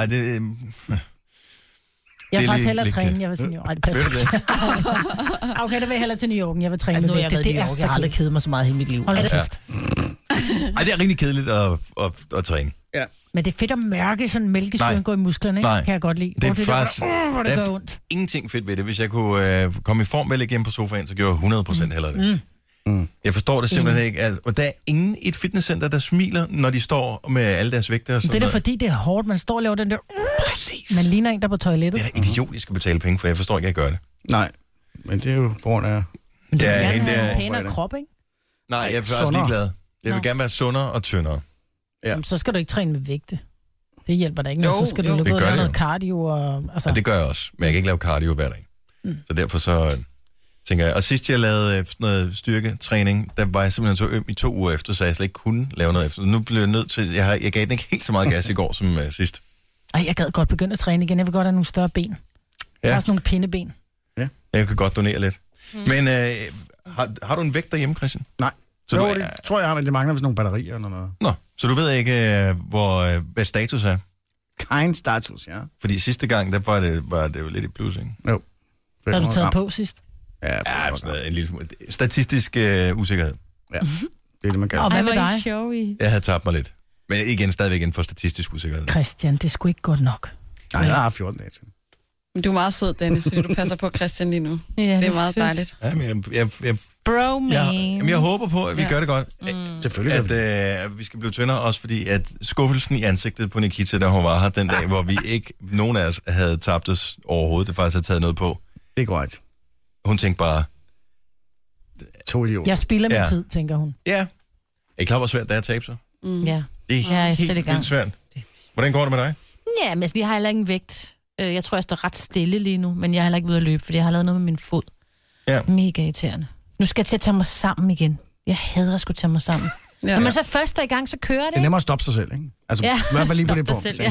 Jeg vil faktisk hellere træne, jeg vil til New York. Ej, det passer ikke. Okay, der vil jeg hellere til New York, jeg vil træne altså, nu med vægte. Det er så jeg har aldrig kedet mig så meget i hele mit liv. Hold da kæft. Ej, det er rigtig kedeligt at træne. Ja. Men det er fedt at mærke sådan mælkesyren gå i musklerne, ikke? Nej. Kan jeg godt lide. Det er faktisk... hvor det gør ondt. Ingenting fedt ved det. Hvis jeg kunne komme i form med at ligge hjemme på sofaen, så gjorde jeg 100% hellere det. Jeg forstår det simpelthen ikke. Altså, og der er ingen i et fitnesscenter, der smiler, når de står med alle deres vægte og sådan Det er da noget. fordi, det er hårdt. Man står og laver den der... Præcis. Man ligner en, der er på toilettet. Det er da idiotisk at betale penge for. Jeg forstår ikke, at jeg gør det. Nej, men det er jo på grund af... Men du vil Ja, gerne hende have der- en pænere krop, ikke? Nej, jeg er faktisk Sundere. ligeglad. Jeg vil Nå. gerne være sundere og tyndere. Ja. Jamen, så skal du ikke træne med vægte. Det hjælper dig ikke. Jo, Så skal du jo. løbe Det ud og gør lave det noget jo. cardio. Og, altså, Og det gør jeg også. Men jeg kan ikke lave cardio hver dag. Så derfor så tænker jeg... Og sidst jeg lavede sådan noget styrketræning, der var jeg simpelthen så øm i 2 uger efter, så jeg slet ikke kunne lave noget efter. Så nu bliver jeg nødt til... Jeg gav den ikke helt så meget gas i går som sidst. Ej, jeg gad godt begynde at træne igen. Jeg vil godt have nogle større ben. Ja. Bare sådan nogle pindeben. Jeg kan godt donere lidt. Men har du en vægt derhjemme, Christian? Nej. Så Jo, du, det tror jeg har, men det mangler vist nogle batterier eller noget. Nå, så du ved ikke, hvad status er? Kind status, ja. Fordi sidste gang, der var det jo lidt i plus, ikke? Jo. Har du taget på sidst? Ja, Ja, sådan noget, en lille smule. Statistisk usikkerhed. Ja. Det er det, man kan. Og hvad med dig? Jeg havde tabt mig lidt. Men igen, stadigvæk inden for statistisk usikkerhed. Christian, det er sgu ikke godt nok. Nej, jeg har 14 dage til. Men du er meget sød, Dennis, fordi du passer på Christian lige nu. Ja, det er meget dejligt. Ja, men jeg håber på, at vi gør det godt. Selvfølgelig. At vi skal blive tyndere også, fordi at skuffelsen i ansigtet på Nikita, der hun var her den dag, hvor vi ikke, nogen af os havde tabt os overhovedet, det faktisk havde taget noget på. Det er godt. Hun tænkte bare... 2 idioter. Jeg spilder min tid, tænker hun. Ja. Er I klar, hvor svært det er at tabe sig? Ja. Det er helt vildt svært. Hvordan går det med dig? Ja, men jeg har heller ingen vægt. Jeg tror, jeg står ret stille lige nu, men jeg har heller ikke ved at løbe, fordi jeg har lavet noget med min fod. Ja. Mega irriterende. Nu skal jeg til at tage mig sammen igen. Jeg hader at skulle tage mig sammen. Når man så først er i gang, så kører det. Det er nemmere at stoppe sig selv, ikke? Altså, i hvert fald lige på det punkt. Selv,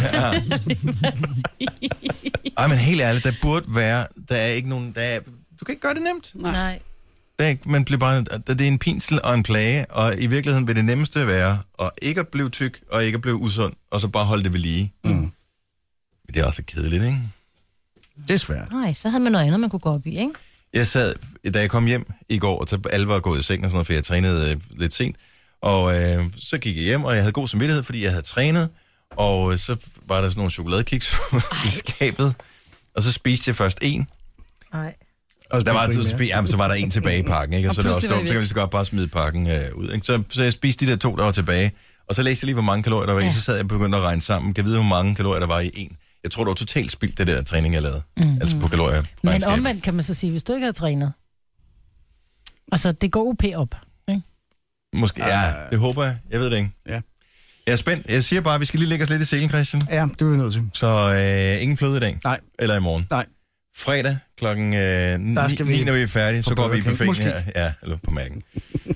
Ej, men helt ærligt, der burde være... Der er ikke nogen... du kan ikke gøre det nemt. Nej. Man bliver bare, det er en pinsel og en plage, og i virkeligheden vil det nemmeste være at ikke at blive tyk og ikke at blive usund, og så bare holde det ved lige. Men det er også kedeligt, ikke? Det er svært. Nej, så havde man noget andet, man kunne gå op i, ikke? Jeg sad, da jeg kom hjem i går, og alle var gået i seng og sådan noget, for jeg trænede lidt sent, og så gik jeg hjem, og jeg havde god samvittighed, fordi jeg havde trænet, og så var der sådan nogle chokoladekiks i skabet, og så spiste jeg først en. Nej. Og der var så var der en tilbage i pakken, ikke? Og så det også dumt, så kan vi så godt bare smide pakken ud, ikke? Så jeg spiste de der 2, der var tilbage, og så læste jeg lige, hvor mange kalorier der var i, så sad jeg og begyndte at regne sammen. Kan vide, hvor mange kalorier der var i en. Jeg tror, det var totalt spildt, det der træning, jeg lavede. Altså på kalorier. Men omvendt kan man så sige, hvis du ikke havde trænet. Altså, det går UP op, ikke? Måske, ja, det håber jeg. Jeg ved det ikke. Ja. Jeg er spændt. Jeg siger bare, at vi skal lige lægge os lidt i selen, Christian. Ja, det er vi nødt til. Så ingen fløde i dag? Nej. Eller i morgen? Nej. Fredag klokken 9, når vi er færdige, så går vi i buffeten her. Ja, eller på mærken.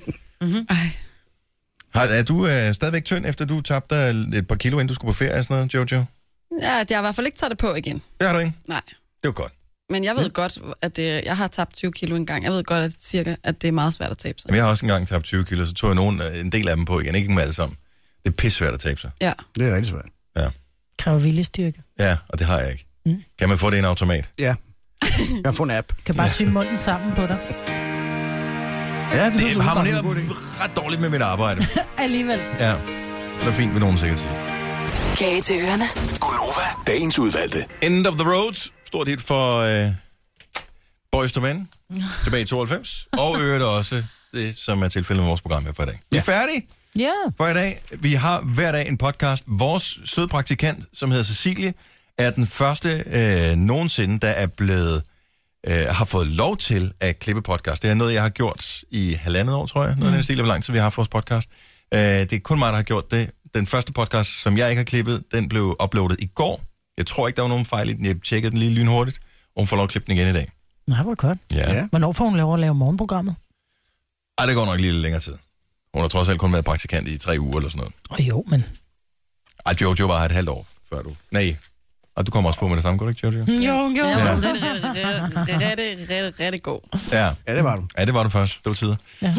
Er du stadigvæk tynd, efter du tabte et par kilo, inden du skulle på ferie og sådan noget, Jojo? Ja, jeg har i hvert fald ikke taget det på igen. Det har du ikke? Nej. Det var godt. Men jeg ved godt, at jeg har tabt 20 kilo engang. Jeg ved godt, at det er meget svært at tabe sig. Men jeg har også engang tabt 20 kilo, så tog jeg en del af dem på igen. Ikke dem alle sammen. Det er pissvært at tabe sig. Ja. Det er rigtig svært. Ja. Kræver viljestyrke. Ja, og det har jeg ikke. Kan man få det i en automat? Ja. Jeg har fået en app. Kan bare sy munden sammen på dig. Ja, det harmonerer ret dårligt med mit arbejde. Alligevel. Ja, det er fint, vil nogen sikkert sige. Kage til ørerne. Gunova, dagens udvalgte. End of the Road. Stort hit for Boyz II Men. Tilbage i 92. Og øvrigt også det, som er tilfældet med vores program her for i dag. Vi er færdige for i dag. Vi har hver dag en podcast. Vores søde praktikant, som hedder Cecilie, er den første nogensinde, der er blevet har fået lov til at klippe podcast. Det er noget, jeg har gjort i 1,5 år, tror jeg. Noget af den stil, hvor lang tid vi har haft vores podcast. Det er kun mig, der har gjort det. Den første podcast, som jeg ikke har klippet, den blev uploadet i går. Jeg tror ikke, der var nogen fejl i den. Jeg tjekkede den lige lynhurtigt, og hun får lov at klippe den igen i dag. Nej, hvor godt. Ja. Hvornår får hun lov at lave morgenprogrammet? Ej, det går nok lige lidt længere tid. Hun har trods alt kun været praktikant i 3 uger eller sådan noget. Jo, men... Ej, Jojo var her 1,5 år før du... Nej. Og du kommer også på med det samme, går det ikke, Jojo? Jo. Jeg var rigtig god. Ja, det var du. Ja, det var du først. Det var tider. Ja.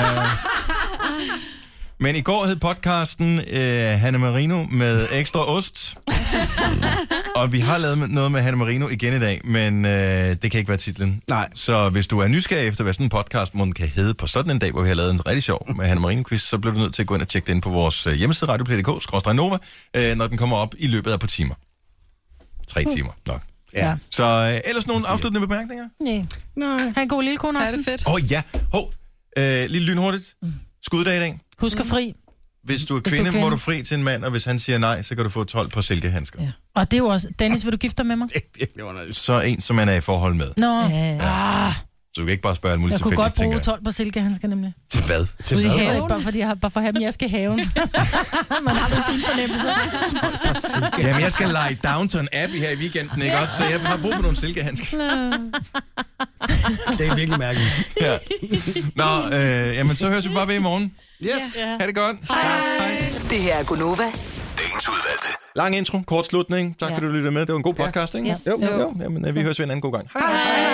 Men i går hed podcasten Hanne Marino med ekstra ost. Og vi har lavet noget med Hanne Marino igen i dag, men det kan ikke være titlen. Nej. Så hvis du er nysgerrig efter, hvad sådan en podcast må kan hedde på sådan en dag, hvor vi har lavet en rigtig sjov med Hanne Marino-quiz, så bliver du nødt til at gå ind og tjekke den på vores hjemmeside, radioplay.dk/Nova, når den kommer op i løbet af et par timer. 3 timer nok. Ja. Så ellers nogle afsluttende bemærkninger? Nej. Ha' en god lille kone. Ja, det er fedt. Ja. Lille lynhurtigt. Skuddag i dag. Husk at fri. Hvis du er kvinde, må du fri til en mand, og hvis han siger nej, så kan du få 12 på silkehandsker. Ja. Og det er jo også... Dennis, vil du gifte dig med mig? Så en, som man er i forhold med. Nå. Ja. Så du kan ikke bare spørge alt muligt jeg kunne tilfældigt, godt bruge 12 på silkehandsker, nemlig. Til hvad? Til hvad? Haven, bare fordi jeg har bare for at have dem, jeg skal haven. Man har en fin fornemmelse. Jamen, jeg skal lege Downton Abbey her i weekenden, ikke også? Så jeg har brug for nogle silkehandsker. Det er virkelig mærkeligt. Ja. Nå, jamen, så høres vi bare ved i morgen. Yes. Ha' det godt. Hej. Det her er Gunova. Dagens udvalgte. Lang intro, kort slutning. Tak fordi du lyttede med. Det var en god podcast, ikke? Yes. Jo. Jamen, vi høres ved en anden god gang. Hej.